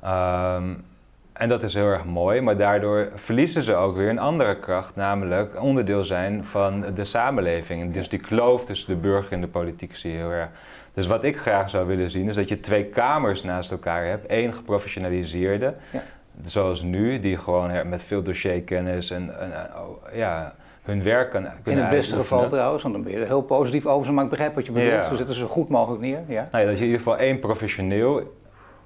Um, en dat is heel erg mooi, maar daardoor verliezen ze ook weer een andere kracht, namelijk onderdeel zijn van de samenleving. En dus die kloof tussen de burger en de politiek zie je heel erg. Dus wat ik graag zou willen zien is dat je twee kamers naast elkaar hebt. Eén geprofessionaliseerde, ja. zoals nu, die gewoon met veel dossierkennis en, en oh, ja, hun werk kan kunnen In het beste uitoefenen. Geval trouwens, want dan ben je er heel positief over, maar ik begrijp wat je bedoelt. Ja. Zo zetten ze zo goed mogelijk neer. Ja. Nou ja, dat je in ieder geval één professioneel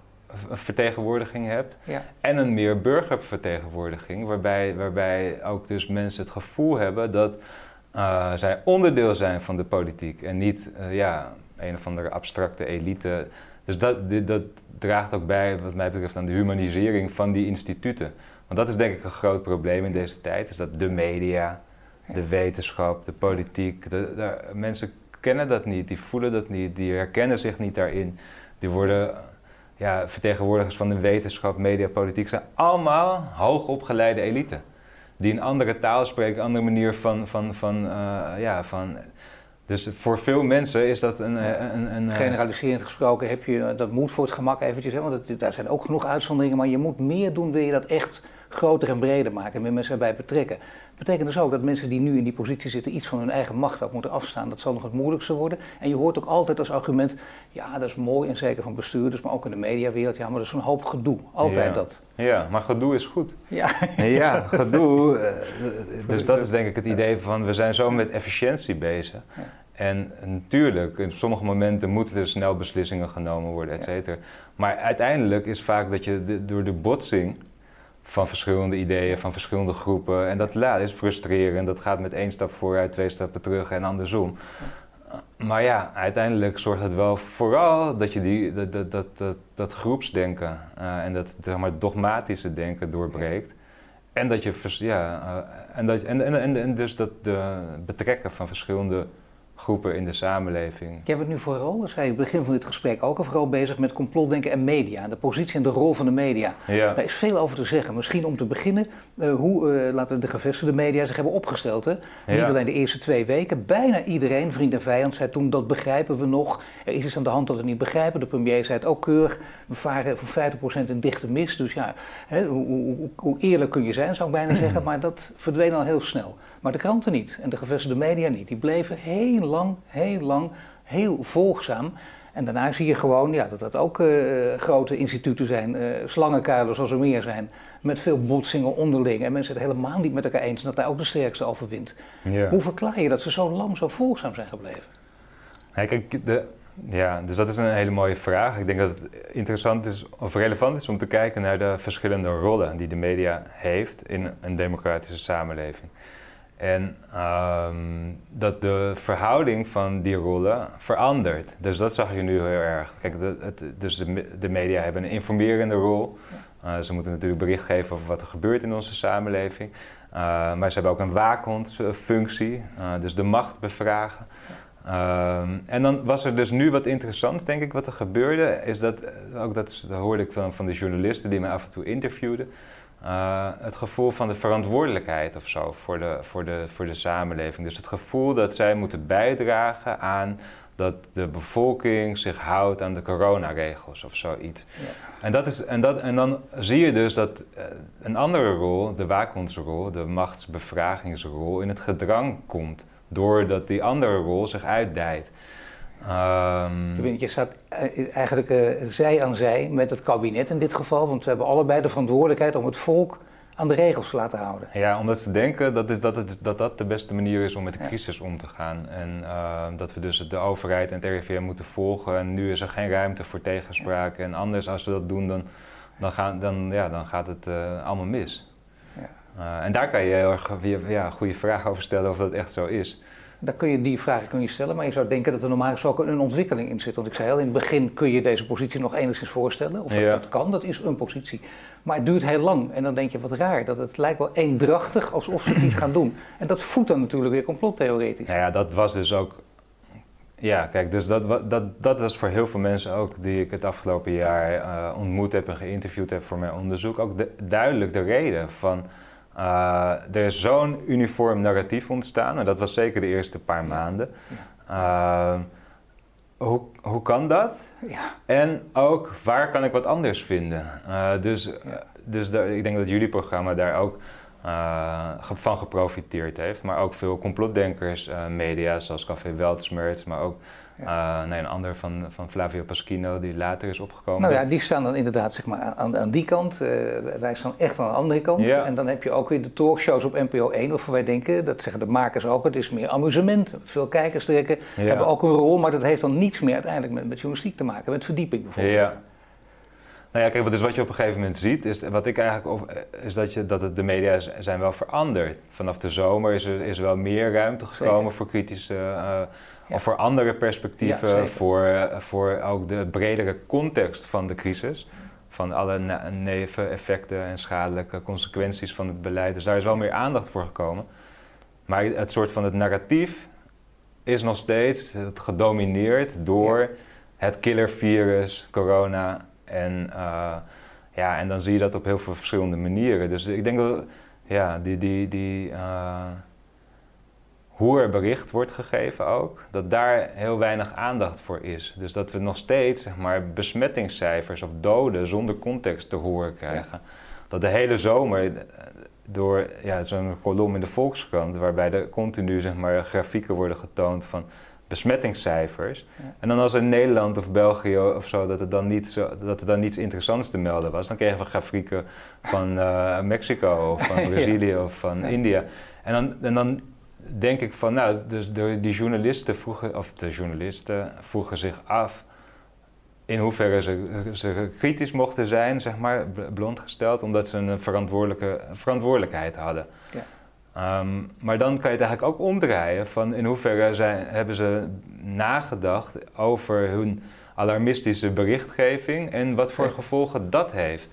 vertegenwoordiging hebt ja. en een meer burgervertegenwoordiging, waarbij, waarbij ook dus mensen het gevoel hebben dat uh, zij onderdeel zijn van de politiek en niet uh, ja, een of andere abstracte elite. Dus dat, dit, dat draagt ook bij, wat mij betreft, aan de humanisering van die instituten. Want dat is denk ik een groot probleem in deze tijd, is dat de media, ja. de wetenschap, de politiek, de, de, mensen kennen dat niet, die voelen dat niet, die herkennen zich niet daarin. Die worden... Ja, vertegenwoordigers van de wetenschap, media, politiek zijn allemaal hoogopgeleide elite. Die een andere taal spreken, een andere manier van... van, van, uh, ja, van dus voor veel mensen is dat een... een, een, een Generaliserend gesproken heb je, dat moet voor het gemak eventjes, hè, want het, daar zijn ook genoeg uitzonderingen, maar je moet meer doen, wil je dat echt groter en breder maken en meer mensen erbij betrekken. Dat betekent dus ook dat mensen die nu in die positie zitten iets van hun eigen macht ook moeten afstaan. Dat zal nog het moeilijkste worden. En je hoort ook altijd als argument, ja dat is mooi en zeker van bestuurders, maar ook in de mediawereld, ja maar dat is een hoop gedoe. Altijd ja. dat. Ja, maar gedoe is goed. Ja, ja gedoe. Uh, dus dat is denk ik het idee van, we zijn zo met efficiëntie bezig. Ja. En natuurlijk, in sommige momenten moeten er snel beslissingen genomen worden, et cetera. Ja. Maar uiteindelijk is vaak dat je de, door de botsing van verschillende ideeën, van verschillende groepen. En dat ja, is frustrerend. Dat gaat met één stap vooruit, twee stappen terug en andersom. Maar ja, uiteindelijk zorgt het wel vooral dat je die, dat, dat, dat, dat, dat groepsdenken uh, en dat zeg maar, dogmatische denken doorbreekt. En dat je, ja, uh, en, dat, en, en, en, en dus dat de betrekken van verschillende groepen in de samenleving. Jij bent nu vooral, dat zei je in het begin van dit gesprek ook, vooral bezig met complotdenken en media. De positie en de rol van de media. Ja. Daar is veel over te zeggen. Misschien om te beginnen, uh, hoe uh, laten de gevestigde media zich hebben opgesteld. Hè? Ja. Niet alleen de eerste twee weken. Bijna iedereen, vriend en vijand, zei toen, dat begrijpen we nog. Er is iets aan de hand dat we het niet begrijpen. De premier zei het ook keurig. We varen voor vijftig procent in dichte mist. Dus ja, hè, hoe, hoe, hoe eerlijk kun je zijn, zou ik bijna zeggen. Maar dat verdween al heel snel. Maar de kranten niet en de gevestigde media niet. Die bleven heel lang, heel lang, heel volgzaam. En daarna zie je gewoon ja, dat dat ook uh, grote instituten zijn, uh, slangenkuilen zoals er meer zijn, met veel botsingen onderling. En mensen het helemaal niet met elkaar eens en dat daar ook de sterkste over wint. Ja. Hoe verklaar je dat ze zo lang zo volgzaam zijn gebleven? Ja, kijk, de, ja, dus dat is een hele mooie vraag. Ik denk dat het interessant is of relevant is om te kijken naar de verschillende rollen die de media heeft in een democratische samenleving. En um, dat de verhouding van die rollen verandert. Dus dat zag je nu heel erg. Kijk, de, het, dus de, de media hebben een informerende rol. Uh, ze moeten natuurlijk bericht geven over wat er gebeurt in onze samenleving. Uh, maar ze hebben ook een waakhondfunctie, uh, dus de macht bevragen. Um, en dan was er dus nu wat interessants, denk ik, wat er gebeurde. Is dat, ook dat, dat hoorde ik van, van de journalisten die mij af en toe interviewden. Uh, het gevoel van de verantwoordelijkheid of zo voor de, voor, de, voor de samenleving. Dus het gevoel dat zij moeten bijdragen aan dat de bevolking zich houdt aan de coronaregels of zoiets. Ja. En, dat is, en, dat, en dan zie je dus dat uh, een andere rol, de waakhondsrol, de machtsbevragingsrol, in het gedrang komt. Doordat die andere rol zich uitdijt. Um, je staat eigenlijk uh, zij aan zij met het kabinet in dit geval, want we hebben allebei de verantwoordelijkheid om het volk aan de regels te laten houden. Ja, omdat ze denken dat is, dat, het, dat dat de beste manier is om met de crisis ja. om te gaan. En uh, dat we dus de overheid en het R I V M moeten volgen. En nu is er geen ruimte voor tegenspraak. Ja. En anders, als we dat doen, dan, dan, gaan, dan, ja, dan gaat het uh, allemaal mis. Ja. Uh, en daar kan je heel erg ja, een goede vraag over stellen of dat echt zo is. Daar kun je die vragen kun je stellen, maar je zou denken dat er normaal gesproken een ontwikkeling in zit. Want ik zei al, in het begin kun je deze positie nog enigszins voorstellen. Of dat, ja. dat kan, dat is een positie. Maar het duurt heel lang en dan denk je wat raar. Dat het lijkt wel eendrachtig alsof ze het niet gaan doen. En dat voedt dan natuurlijk weer complottheoretisch. Nou ja, dat was dus ook... Ja, kijk, dus dat, dat, dat was voor heel veel mensen ook die ik het afgelopen jaar uh, ontmoet heb en geïnterviewd heb voor mijn onderzoek. Ook de, duidelijk de reden van... Uh, er is zo'n uniform narratief ontstaan en dat was zeker de eerste paar maanden. Uh, hoe, hoe kan dat? Ja. En ook, waar kan ik wat anders vinden? Uh, dus ja. dus de, ik denk dat jullie programma daar ook uh, van geprofiteerd heeft. Maar ook veel complotdenkers, uh, media zoals Café Weltschmerz, maar ook ja. uh, nee, een ander van, van Flavio Paschino die later is opgekomen. Nou ja, die staan dan inderdaad zeg maar, aan, aan die kant. Uh, wij staan echt aan de andere kant. Ja. En dan heb je ook weer de talkshows op N P O één waarvan wij denken, dat zeggen de makers ook, het is meer amusement. Veel kijkers trekken, ja. hebben ook een rol, maar dat heeft dan niets meer uiteindelijk met, met journalistiek te maken, met verdieping bijvoorbeeld. Ja. Nou ja, kijk, dus wat je op een gegeven moment ziet, is, wat ik eigenlijk, is dat, je, dat het, de media zijn wel veranderd. Vanaf de zomer is er, is er wel meer ruimte gekomen zeker. Voor kritische, uh, ja. of voor andere perspectieven, ja, voor, uh, voor ook de bredere context van de crisis. Van alle na- neveneffecten en schadelijke consequenties van het beleid. Dus daar is wel meer aandacht voor gekomen. Maar het soort van het narratief is nog steeds gedomineerd door ja. het killervirus, corona. En, uh, ja, en dan zie je dat op heel veel verschillende manieren. Dus ik denk dat ja, die, die, die, uh, hoe er bericht wordt gegeven ook, dat daar heel weinig aandacht voor is. Dus dat we nog steeds zeg maar, besmettingscijfers of doden zonder context te horen krijgen. Ja. Dat de hele zomer door ja, zo'n kolom in de Volkskrant, waarbij er continu zeg maar, grafieken worden getoond van besmettingscijfers. Ja. En dan als in Nederland of België of zo dat, het dan niet zo, dat er dan niets interessants te melden was, dan kregen we grafieken van uh, Mexico of van Brazilië ja. of van ja. India. En dan, en dan denk ik van, nou, dus de, die journalisten vroegen, of de journalisten vroegen zich af in hoeverre ze, ze kritisch mochten zijn, zeg maar, blootgesteld, omdat ze een verantwoordelijke, verantwoordelijkheid hadden. Ja. Um, maar dan kan je het eigenlijk ook omdraaien van in hoeverre zijn, hebben ze nagedacht over hun alarmistische berichtgeving en wat voor ja. gevolgen dat heeft.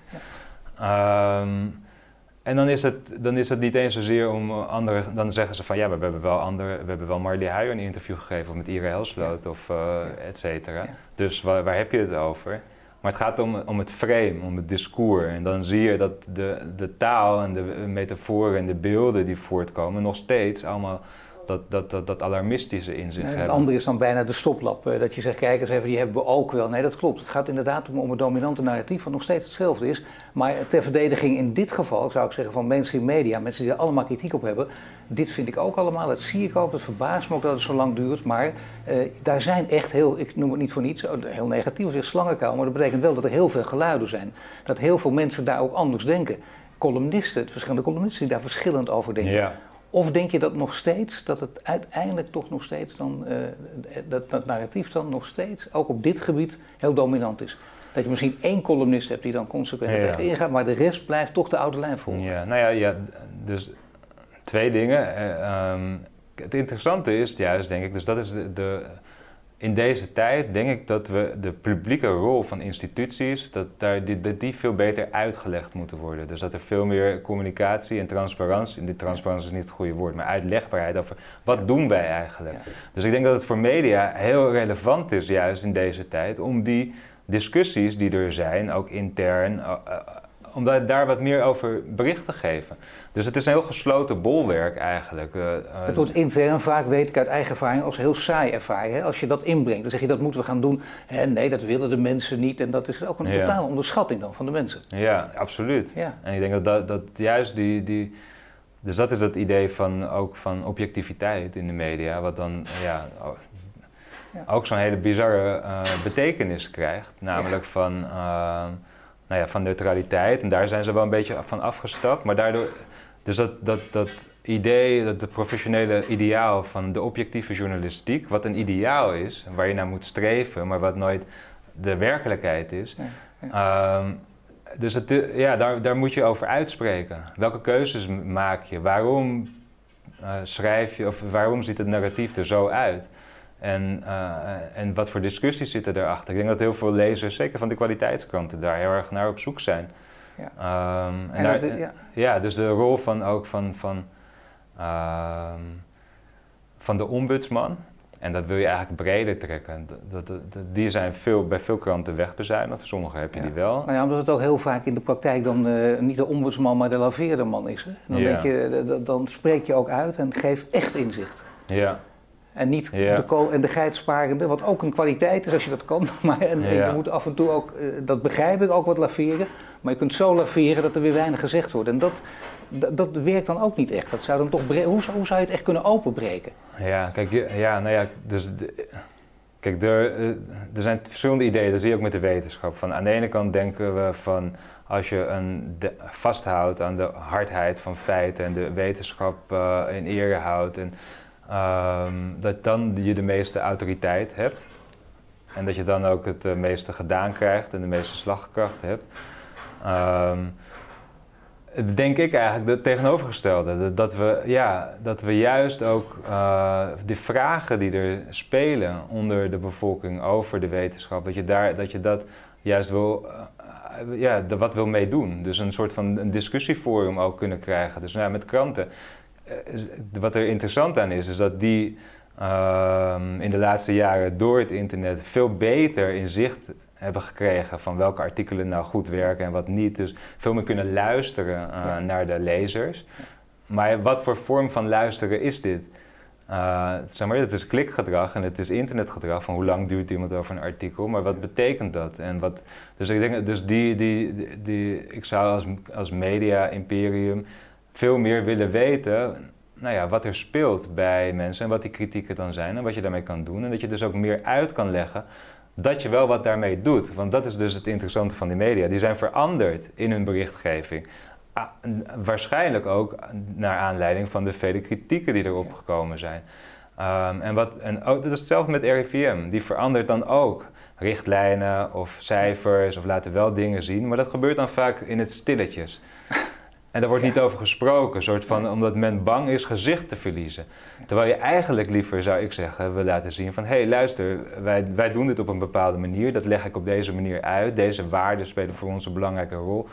Ja. Um, en dan is, het, dan is het niet eens zozeer om andere, dan zeggen ze van ja, we hebben wel andere, we hebben wel Marley Huijer een interview gegeven of met Ire Helsloot ja. of uh, ja. et cetera. Ja. Dus waar, waar heb je het over? Maar het gaat om, om het frame, om het discours. En dan zie je dat de, de taal en de metaforen en de beelden die voortkomen nog steeds allemaal dat, dat, dat, dat alarmistische in zich nee, hebben. Het andere is dan bijna de stoplap. Dat je zegt, kijk eens even, die hebben we ook wel. Nee, dat klopt. Het gaat inderdaad om, om een dominante narratief wat nog steeds hetzelfde is. Maar ter verdediging in dit geval, zou ik zeggen, van mainstream media, mensen die er allemaal kritiek op hebben. Dit vind ik ook allemaal, dat zie ik ook, dat verbaast me ook dat het zo lang duurt. Maar uh, daar zijn echt heel, ik noem het niet voor niets, heel negatief, zeg slangenkuil. Maar dat betekent wel dat er heel veel geluiden zijn. Dat heel veel mensen daar ook anders denken. Columnisten, verschillende columnisten die daar verschillend over denken. Ja. Of denk je dat nog steeds, dat het uiteindelijk toch nog steeds dan, uh, dat, dat narratief dan nog steeds, ook op dit gebied, heel dominant is? Dat je misschien één columnist hebt die dan consequent ja, ja. tegen ingaat, maar de rest blijft toch de oude lijn volgen. Ja, nou ja, ja dus twee dingen. Uh, um, het interessante is juist, denk ik, dus dat is de, de, in deze tijd denk ik dat we de publieke rol van instituties, dat, daar, die, dat die veel beter uitgelegd moeten worden. Dus dat er veel meer communicatie en transparantie, en die transparantie is niet het goede woord, maar uitlegbaarheid over wat ja. doen wij eigenlijk. Ja. Dus ik denk dat het voor media heel relevant is juist in deze tijd om die discussies die er zijn, ook intern, uh, om daar wat meer over bericht te geven. Dus het is een heel gesloten bolwerk eigenlijk. Uh, uh, het wordt intern vaak, weet ik uit eigen ervaring, als heel saai ervaren. Hè? Als je dat inbrengt, dan zeg je dat moeten we gaan doen. Hè, nee, dat willen de mensen niet. En dat is ook een ja. totale onderschatting dan van de mensen. Ja, absoluut. Ja. En ik denk dat, dat, dat juist die, die... Dus dat is het idee van, ook van objectiviteit in de media, wat dan ja, ja. ook zo'n hele bizarre uh, betekenis krijgt. Namelijk ja. van, uh, nou ja, van neutraliteit. En daar zijn ze wel een beetje van afgestapt. Maar daardoor, dus dat, dat, dat idee, dat het professionele ideaal van de objectieve journalistiek, wat een ideaal is, waar je naar moet streven, maar wat nooit de werkelijkheid is. Ja. Ja. Um, Dus het, ja, daar, daar moet je over uitspreken. Welke keuzes maak je? Waarom uh, schrijf je, of waarom ziet het narratief er zo uit? En, uh, en wat voor discussies zitten daarachter? Ik denk dat heel veel lezers, zeker van de kwaliteitskranten, daar heel erg naar op zoek zijn. Ja, um, en en daar, dat, ja. ja dus de rol van, ook van, van, uh, van de ombudsman. En dat wil je eigenlijk breder trekken. Dat, dat, dat, die zijn veel, bij veel kranten wegbezuinigd. Sommige heb je ja. die wel. Nou ja, omdat het ook heel vaak in de praktijk dan uh, niet de ombudsman, maar de laveerderman is. Hè? Dan, ja. denk je, dan spreek je ook uit en geef echt inzicht. Ja. En niet ja. de kool en de geitsparende, wat ook een kwaliteit is als je dat kan. Maar en, ja. en je moet af en toe ook, uh, dat begrijp ik, ook wat laveren. Maar je kunt zo laveren dat er weer weinig gezegd wordt. En dat, dat, dat werkt dan ook niet echt. Dat zou dan toch bre- hoe, hoe zou je het echt kunnen openbreken? Ja, kijk, ja, nou ja, dus de, kijk, er, er zijn verschillende ideeën. Dat zie je ook met de wetenschap. Van, aan de ene kant denken we van, als je een de, vasthoudt aan de hardheid van feiten en de wetenschap uh, in ere houdt, en, um, dat dan je de meeste autoriteit hebt. En dat je dan ook het uh, meeste gedaan krijgt en de meeste slagkracht hebt. Um, denk ik eigenlijk het tegenovergestelde. Dat we, ja, dat we juist ook uh, de vragen die er spelen onder de bevolking over de wetenschap, dat je, daar, dat, je dat juist wil, uh, ja, de, wat wil meedoen. Dus een soort van een discussieforum ook kunnen krijgen. Dus nou, met kranten. Uh, wat er interessant aan is, is dat die uh, in de laatste jaren door het internet veel beter in zicht hebben gekregen van welke artikelen nou goed werken en wat niet. Dus veel meer kunnen luisteren uh, ja. naar de lezers. Maar wat voor vorm van luisteren is dit? Uh, zeg maar, het is klikgedrag en het is internetgedrag. Van hoe lang duurt iemand over een artikel, maar wat betekent dat? En wat, dus ik denk, dus die, die, die, die, ik zou als, als media-imperium veel meer willen weten, nou ja, wat er speelt bij mensen en wat die kritieken dan zijn en wat je daarmee kan doen. En dat je dus ook meer uit kan leggen dat je wel wat daarmee doet. Want dat is dus het interessante van die media. Die zijn veranderd in hun berichtgeving. Ah, waarschijnlijk ook naar aanleiding van de vele kritieken die erop gekomen zijn. Um, en wat, en ook, dat is hetzelfde met R I V M. Die verandert dan ook richtlijnen of cijfers of laten wel dingen zien. Maar dat gebeurt dan vaak in het stilletjes. En daar wordt ja. niet over gesproken, soort van, omdat men bang is gezicht te verliezen. Terwijl je eigenlijk liever, zou ik zeggen, wil laten zien van, hé, hey, luister, wij, wij doen dit op een bepaalde manier. Dat leg ik op deze manier uit. Deze waarden spelen voor ons een belangrijke rol.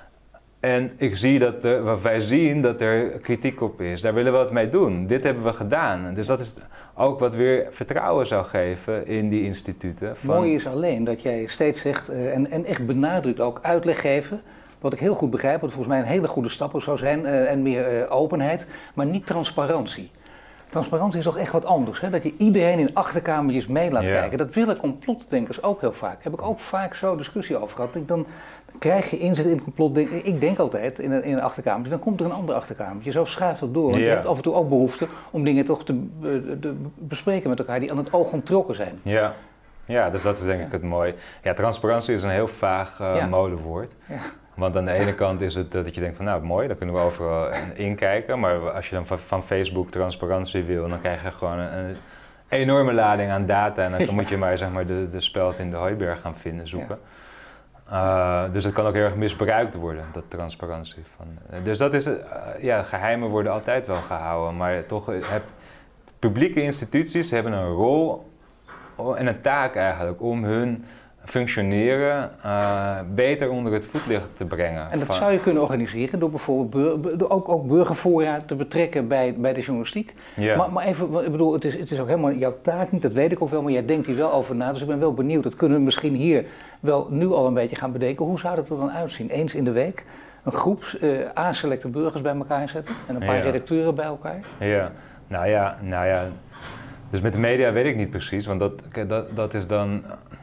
En ik zie dat er, wat wij zien dat er kritiek op is. Daar willen we wat mee doen. Dit hebben we gedaan. Dus dat is ook wat weer vertrouwen zou geven in die instituten. Van... Mooi is alleen dat jij steeds zegt, uh, en, en echt benadrukt ook uitleg geven. Wat ik heel goed begrijp, wat volgens mij een hele goede stap zou zijn, uh, en meer uh, openheid, maar niet transparantie. Transparantie is toch echt wat anders, hè? Dat je iedereen in achterkamertjes mee laat ja. kijken. Dat willen complotdenkers ook heel vaak. Daar heb ik ook vaak zo discussie over gehad. Dan, dan krijg je inzicht in complotdenken. Ik denk altijd in een, in een achterkamertje, dan komt er een ander achterkamertje. Zo schuift dat door. Want ja. je hebt af en toe ook behoefte om dingen toch te, te bespreken met elkaar die aan het oog ontrokken zijn. Ja, ja, dus dat is denk ik ja. het mooie. Ja, transparantie is een heel vaag uh, ja. modewoord. Ja. Want aan de ene kant is het dat je denkt van nou mooi, daar kunnen we overal in kijken. Maar als je dan van, van Facebook transparantie wil, dan krijg je gewoon een, een enorme lading aan data. En dan ja. moet je maar, zeg maar de, de speld in de hooiberg gaan vinden, zoeken. Ja. Uh, dus het kan ook heel erg misbruikt worden, dat transparantie. Van, uh, dus dat is, uh, ja, geheimen worden altijd wel gehouden. Maar toch, heb, publieke instituties hebben een rol en een taak eigenlijk om hun functioneren uh, beter onder het voetlicht te brengen. En dat van, zou je kunnen organiseren door bijvoorbeeld bur, door ook, ook burgerfora te betrekken bij, bij de journalistiek. Ja. Maar, maar even, ik bedoel, het is, het is ook helemaal jouw taak niet, dat weet ik ook wel, maar jij denkt hier wel over na. Dus ik ben wel benieuwd, dat kunnen we misschien hier wel nu al een beetje gaan bedenken. Hoe zou dat er dan uitzien? Eens in de week een groep uh, A-selecte burgers bij elkaar zetten en een paar ja. redacteuren bij elkaar? Ja, nou ja, nou ja. Dus met de media weet ik niet precies, want dat, dat, dat is dan...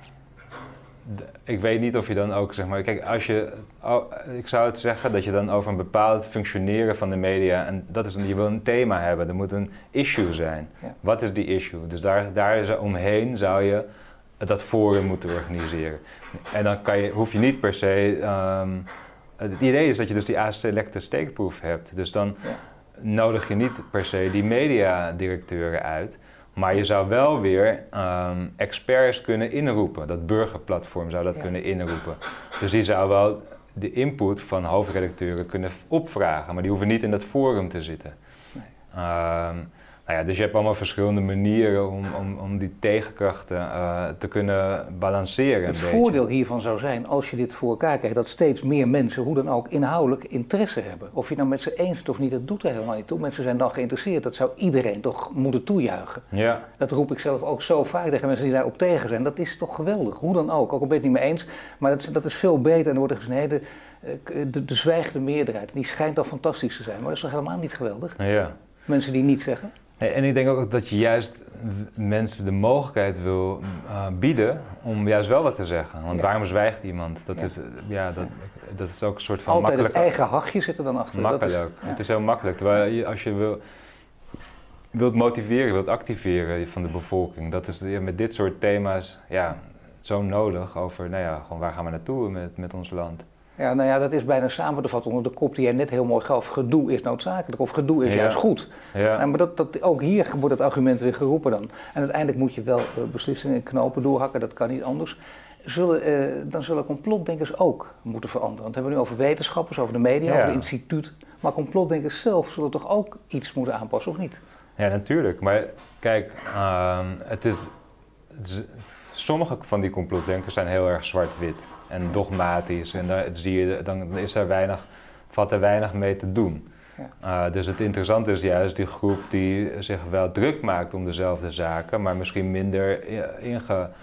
Ik weet niet of je dan ook, zeg maar, kijk, als je, oh, ik zou het zeggen dat je dan over een bepaald functioneren van de media, en dat is, je wil een thema hebben, er moet een issue zijn. Ja. Wat is die issue? Dus daar, daar omheen zou je dat forum moeten organiseren. En dan kan je, hoef je niet per se, um, het idee is dat je dus die A-selecte steekproef hebt, dus dan ja. nodig je niet per se die mediadirecteuren uit. Maar je zou wel weer um, experts kunnen inroepen. Dat burgerplatform zou dat ja. kunnen inroepen. Dus die zou wel de input van hoofdredacteuren kunnen opvragen. Maar die hoeven niet in dat forum te zitten. Nee. Um, nou ja, dus je hebt allemaal verschillende manieren om, om, om die tegenkrachten uh, te kunnen balanceren. Het voordeel hiervan zou zijn, als je dit voor elkaar krijgt, dat steeds meer mensen, hoe dan ook, inhoudelijk interesse hebben. Of je nou met ze eens bent of niet, dat doet er helemaal niet toe. Mensen zijn dan geïnteresseerd, dat zou iedereen toch moeten toejuichen. Ja. Dat roep ik zelf ook zo vaak tegen mensen die daarop tegen zijn. Dat is toch geweldig, hoe dan ook. Ook al ben je het niet mee eens, maar dat is, dat is veel beter. En er wordt er gezegd, nee, de, de, de zwijgende meerderheid, die schijnt al fantastisch te zijn. Maar dat is toch helemaal niet geweldig? Ja. Mensen die niet zeggen. Nee, en ik denk ook dat je juist mensen de mogelijkheid wil uh, bieden om juist wel wat te zeggen. Want ja. waarom zwijgt iemand? Dat, ja. is, ja, dat, dat is ook een soort van altijd makkelijk... het eigen hachje zit er dan achter. Makkelijk. Dat is, ja. Het is heel makkelijk. Terwijl je, als je wil, wilt motiveren, wilt activeren van de bevolking. Dat is ja, met dit soort thema's ja, zo nodig over, nou ja, gewoon waar gaan we naartoe met, met ons land. Ja, nou ja, dat is bijna samen te vatten onder de kop die jij net heel mooi gaf. Gedoe is noodzakelijk of gedoe is ja. juist goed. Ja. Nou, maar dat, dat, ook hier wordt het argument weer geroepen dan. En uiteindelijk moet je wel uh, beslissingen en knopen doorhakken, dat kan niet anders. Zullen, uh, dan zullen complotdenkers ook moeten veranderen. Want we hebben nu over wetenschappers, over de media, ja. over de instituut. Maar complotdenkers zelf zullen toch ook iets moeten aanpassen, of niet? Ja, natuurlijk. Maar kijk, uh, het is... Het is sommige van die complotdenkers zijn heel erg zwart-wit en dogmatisch en daar zie je, dan is er weinig, valt er weinig mee te doen. Ja. Uh, dus het interessante is juist die groep die zich wel druk maakt om dezelfde zaken, maar misschien minder inge, uh,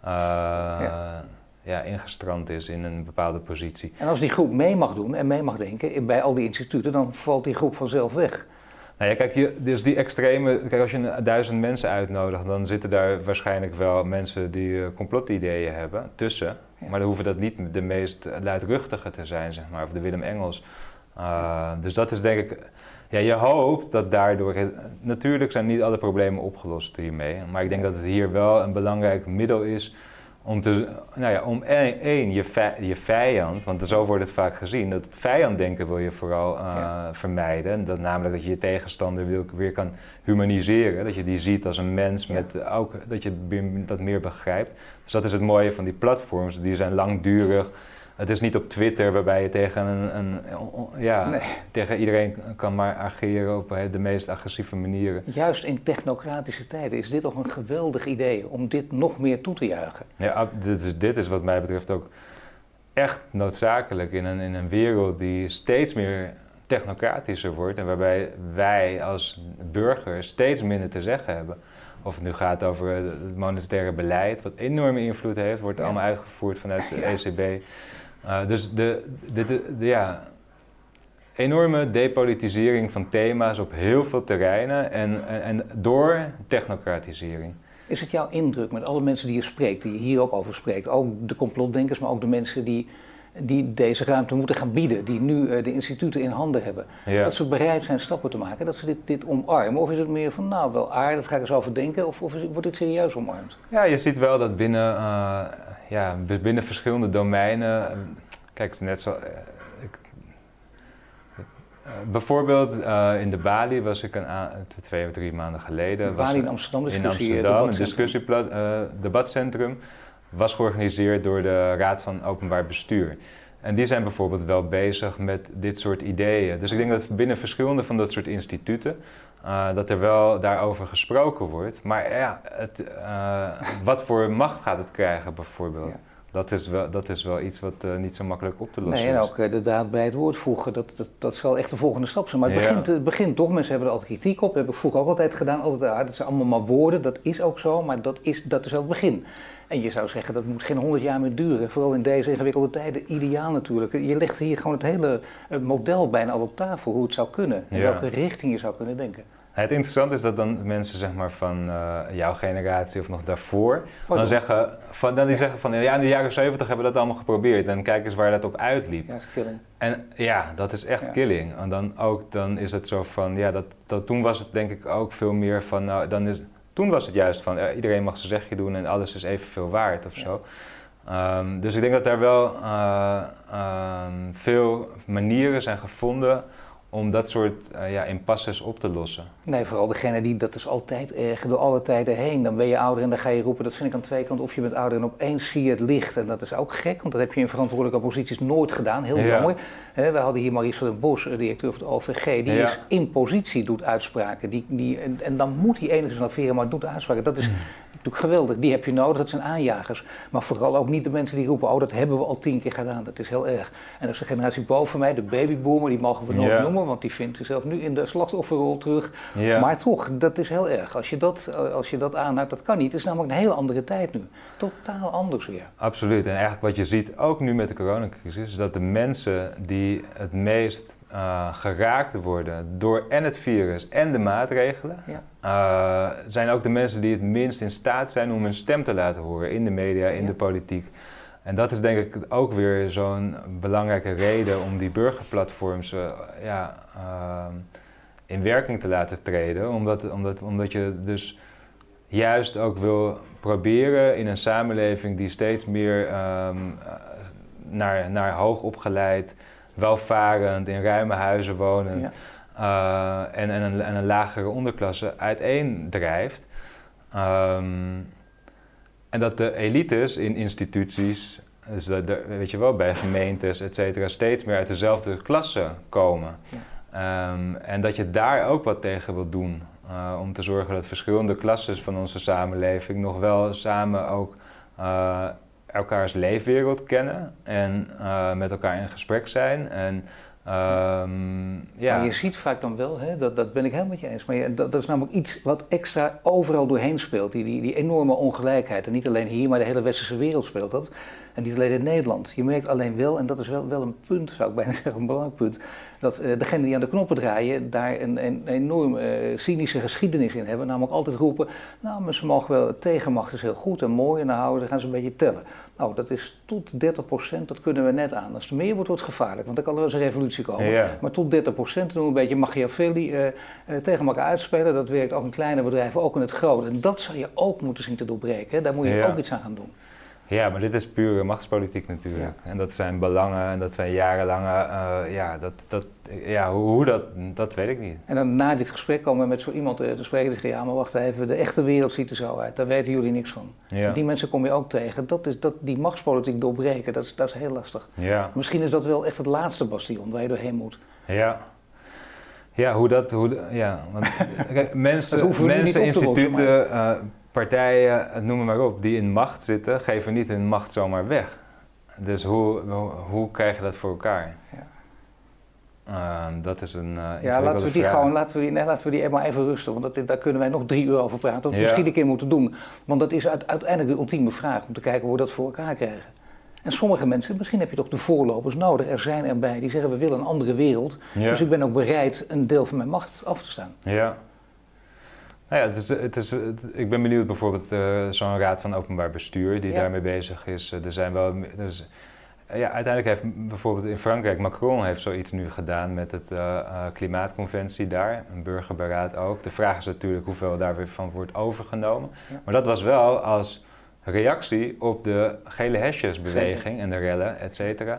ja. Ja, ingestrand is in een bepaalde positie. En als die groep mee mag doen en mee mag denken bij al die instituten, dan valt die groep vanzelf weg. Nou ja, kijk, je, dus die extreme, kijk, als je een duizend mensen uitnodigt, dan zitten daar waarschijnlijk wel mensen die uh, complotideeën hebben tussen. Ja. Maar dan hoeven dat niet de meest luidruchtige te zijn, zeg maar, of de Willem Engels. Uh, dus dat is denk ik, ja, je hoopt dat daardoor, natuurlijk zijn niet alle problemen opgelost hiermee, maar ik denk dat het hier wel een belangrijk middel is om te, nou ja, om één, je, vij, je vijand, want zo wordt het vaak gezien, dat het vijanddenken wil je vooral uh, ja. vermijden. Dat namelijk dat je je tegenstander wil, weer kan humaniseren, dat je die ziet als een mens, ja. met ook, dat je dat meer begrijpt. Dus dat is het mooie van die platforms, die zijn langdurig. Het is niet op Twitter waarbij je tegen, een, een, ja, nee. tegen iedereen kan maar ageren op de meest agressieve manieren. Juist in technocratische tijden is dit toch een geweldig idee om dit nog meer toe te juichen. Ja, dit is, dit is wat mij betreft ook echt noodzakelijk in een, in een wereld die steeds meer technocratischer wordt en waarbij wij als burgers steeds minder te zeggen hebben. Of het nu gaat over het monetaire beleid, wat enorme invloed heeft, wordt ja. allemaal uitgevoerd vanuit de E C B. Uh, dus de, de, de, de ja, enorme depolitisering van thema's op heel veel terreinen en, en, en door technocratisering. Is het jouw indruk met alle mensen die je spreekt, die je hier ook over spreekt, ook de complotdenkers, maar ook de mensen die, die deze ruimte moeten gaan bieden, die nu uh, de instituten in handen hebben, ja. dat ze bereid zijn stappen te maken, dat ze dit, dit omarmen? Of is het meer van, nou wel aardig, dat ga ik eens over denken, of, of is, wordt dit serieus omarmd? Ja, je ziet wel dat binnen, uh, ja, binnen verschillende domeinen, uh, kijk, net zo, uh, ik, uh, bijvoorbeeld uh, in de Bali was ik een a- twee of drie maanden geleden. De Bali in Amsterdam, discussie, in Amsterdam, een discussieplat, uh, debatcentrum. Was georganiseerd door de Raad van Openbaar Bestuur. En die zijn bijvoorbeeld wel bezig met dit soort ideeën. Dus ik denk dat binnen verschillende van dat soort instituten, uh, dat er wel daarover gesproken wordt. Maar ja, het, uh, wat voor macht gaat het krijgen bijvoorbeeld? Ja. Dat is wel, dat is wel iets wat uh, niet zo makkelijk op te lossen nee, is. en ook uh, de daad bij het woord voegen, dat, dat, dat zal echt de volgende stap zijn. Maar het, ja. begint, het begint toch, mensen hebben er altijd kritiek op, dat heb ik vroeger ook altijd gedaan. Altijd, ah, dat zijn allemaal maar woorden, dat is ook zo, maar dat is, dat is wel het begin. En je zou zeggen, dat moet geen honderd jaar meer duren. Vooral in deze ingewikkelde tijden, ideaal natuurlijk. Je legt hier gewoon het hele model bijna al op tafel, hoe het zou kunnen. In ja. welke richting je zou kunnen denken. Het interessante is dat dan mensen zeg maar, van uh, jouw generatie of nog daarvoor, oh, dan, zeggen, van, dan die ja. zeggen van ja, in de jaren zeventig hebben we dat allemaal geprobeerd en kijk eens waar dat op uitliep. Ja, dat is killing. En ja, dat is echt ja. killing. En dan ook, dan is het zo van, ja, dat, dat, toen was het denk ik ook veel meer van, nou, dan is, toen was het juist van, ja, iedereen mag zijn zegje doen en alles is evenveel waard of ja. zo. Um, dus ik denk dat er wel uh, um, veel manieren zijn gevonden om dat soort uh, ja, impasses op te lossen. Nee, vooral degene die, dat is altijd erg, door alle tijden heen. Dan ben je ouder en dan ga je roepen, dat vind ik aan twee kanten, of je bent ouder en opeens zie je het licht. En dat is ook gek, want dat heb je in verantwoordelijke posities nooit gedaan, heel ja. jammer. He, we hadden hier Maurice van den Bos, directeur van het O V G, die ja. is in positie, doet uitspraken. Die, die, en, en dan moet hij enigszins laveren, maar doet uitspraken. Dat is mm. natuurlijk geweldig, die heb je nodig, dat zijn aanjagers. Maar vooral ook niet de mensen die roepen, oh dat hebben we al tien keer gedaan, dat is heel erg. En dat is de generatie boven mij, de babyboomer, die mogen we nooit ja. noemen, want die vindt zichzelf nu in de slachtofferrol terug. Ja. Maar toch, dat is heel erg. Als je dat, als je dat aanhoudt, dat kan niet. Het is namelijk een hele andere tijd nu. Totaal anders weer. Absoluut. En eigenlijk wat je ziet, ook nu met de coronacrisis, is dat de mensen die het meest uh, geraakt worden door en het virus en de maatregelen, ja. uh, zijn ook de mensen die het minst in staat zijn om hun stem te laten horen in de media, in ja. de politiek. En dat is denk ik ook weer zo'n belangrijke reden om die burgerplatforms uh, ja, uh, in werking te laten treden. Omdat, omdat, omdat je dus juist ook wil proberen in een samenleving die steeds meer um, naar, naar hoogopgeleid, welvarend, in ruime huizen wonen ja. uh, en, en, een, en een lagere onderklasse uiteen drijft. Um, En dat de elites in instituties, dus de, de, weet je wel, bij gemeentes, et cetera, steeds meer uit dezelfde klasse komen. Ja. Um, en dat je daar ook wat tegen wil doen. Uh, om te zorgen dat verschillende klassen van onze samenleving nog wel samen ook uh, elkaars leefwereld kennen. En uh, met elkaar in gesprek zijn. En, Um, ja. Maar je ziet vaak dan wel, hè, dat, dat ben ik helemaal met je eens, maar je, dat, dat is namelijk iets wat extra overal doorheen speelt, die, die, die enorme ongelijkheid. En niet alleen hier, maar de hele westerse wereld speelt dat. En niet alleen in Nederland. Je merkt alleen wel, en dat is wel, wel een punt, zou ik bijna zeggen, een belangrijk punt, dat uh, degenen die aan de knoppen draaien daar een, een enorm uh, cynische geschiedenis in hebben. Namelijk altijd roepen, nou, ze mogen wel, tegenmacht is heel goed en mooi en dan houden, dan gaan ze een beetje tellen. Nou, dat is tot dertig procent, dat kunnen we net aan. Als het meer wordt, wordt het gevaarlijk, want dan kan er wel eens een revolutie komen. Ja. Maar tot dertig procent doen we een beetje Machiavelli uh, uh, tegen elkaar uitspelen. Dat werkt ook in kleine bedrijven, ook in het grote. En dat zou je ook moeten zien te doorbreken. Hè? Daar moet je ja. ook iets aan gaan doen. Ja, maar dit is pure machtspolitiek natuurlijk. Ja. En dat zijn belangen en dat zijn jarenlange, uh, ja, dat, dat, ja hoe, hoe dat, dat weet ik niet. En dan na dit gesprek komen we met zo iemand te spreken die zegt, ja maar wacht even, de echte wereld ziet er zo uit, daar weten jullie niks van. Ja. Die mensen kom je ook tegen. Dat is, dat, die machtspolitiek doorbreken, dat is, dat is heel lastig. Ja. Misschien is dat wel echt het laatste bastion waar je doorheen moet. Ja. Ja, hoe dat, hoe, ja, want kijk, mensen, mensen instituten, uh, partijen, noem maar op, die in macht zitten, geven niet hun macht zomaar weg. Dus hoe, hoe, hoe krijg je dat voor elkaar? Ja. Uh, dat is een uh, ja, laten we die vraag. gewoon, laten we die, nee, laten we die maar even rusten, want dat, daar kunnen wij nog drie uur over praten. Dat we ja. misschien een keer moeten doen, want dat is uiteindelijk de ultieme vraag om te kijken hoe we dat voor elkaar krijgen. En sommige mensen, misschien heb je toch de voorlopers nodig, er zijn erbij die zeggen we willen een andere wereld, ja. dus ik ben ook bereid een deel van mijn macht af te staan. Ja. Nou ja, het is, het is, het, ik ben benieuwd bijvoorbeeld uh, zo'n raad van openbaar bestuur die ja. daarmee bezig is. Uh, er zijn wel, dus, uh, ja, uiteindelijk heeft bijvoorbeeld in Frankrijk, Macron heeft zoiets nu gedaan met het uh, uh, klimaatconventie daar, een burgerberaad ook. De vraag is natuurlijk hoeveel daar weer van wordt overgenomen. Ja. Maar dat was wel als reactie op de gele hesjesbeweging en de rellen, et cetera.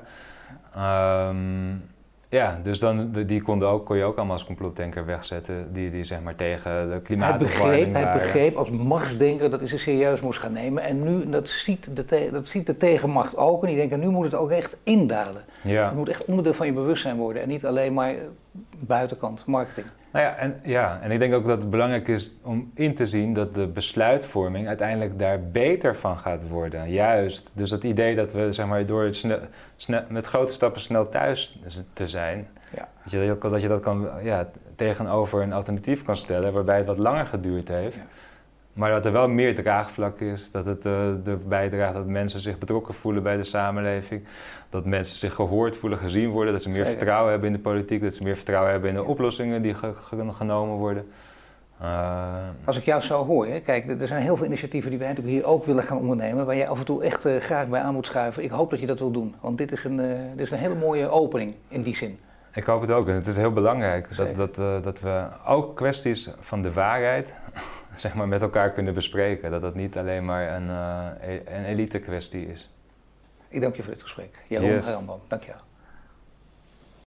Um, ja, dus dan, die konden ook, kon je ook allemaal als complotdenker wegzetten, die, die zeg maar tegen de klimaatopwarming waren. Hij begreep als machtsdenker dat hij ze serieus moest gaan nemen. En nu, dat ziet de, te, dat ziet de tegenmacht ook. En die denken, nu moet het ook echt indalen. Ja. Het moet echt onderdeel van je bewustzijn worden en niet alleen maar buitenkant, marketing. Nou ja en, ja, en ik denk ook dat het belangrijk is om in te zien dat de besluitvorming uiteindelijk daar beter van gaat worden. Juist, dus dat idee dat we zeg maar, door het snel, snel, met grote stappen snel thuis te zijn, ja. dat, je, dat je dat kan, ja, tegenover een alternatief kan stellen waarbij het wat langer geduurd heeft. Ja. Maar dat er wel meer draagvlak is, dat het uh, er bijdraagt dat mensen zich betrokken voelen bij de samenleving. Dat mensen zich gehoord voelen, gezien worden, dat ze meer Zeker. vertrouwen hebben in de politiek, dat ze meer vertrouwen hebben in de oplossingen die ge- ge- genomen worden. Uh, Als ik jou zo hoor, hè, kijk, er zijn heel veel initiatieven die wij natuurlijk hier ook willen gaan ondernemen, waar jij af en toe echt uh, graag bij aan moet schuiven. Ik hoop dat je dat wil doen, want dit is een, uh, dit is een hele mooie opening in die zin. Ik hoop het ook en het is heel belangrijk dat, dat, uh, dat we ook kwesties van de waarheid zeg maar, met elkaar kunnen bespreken. Dat dat niet alleen maar een, uh, een elite kwestie is. Ik dank je voor dit gesprek. Jeroen yes. Helmboom, dank je wel.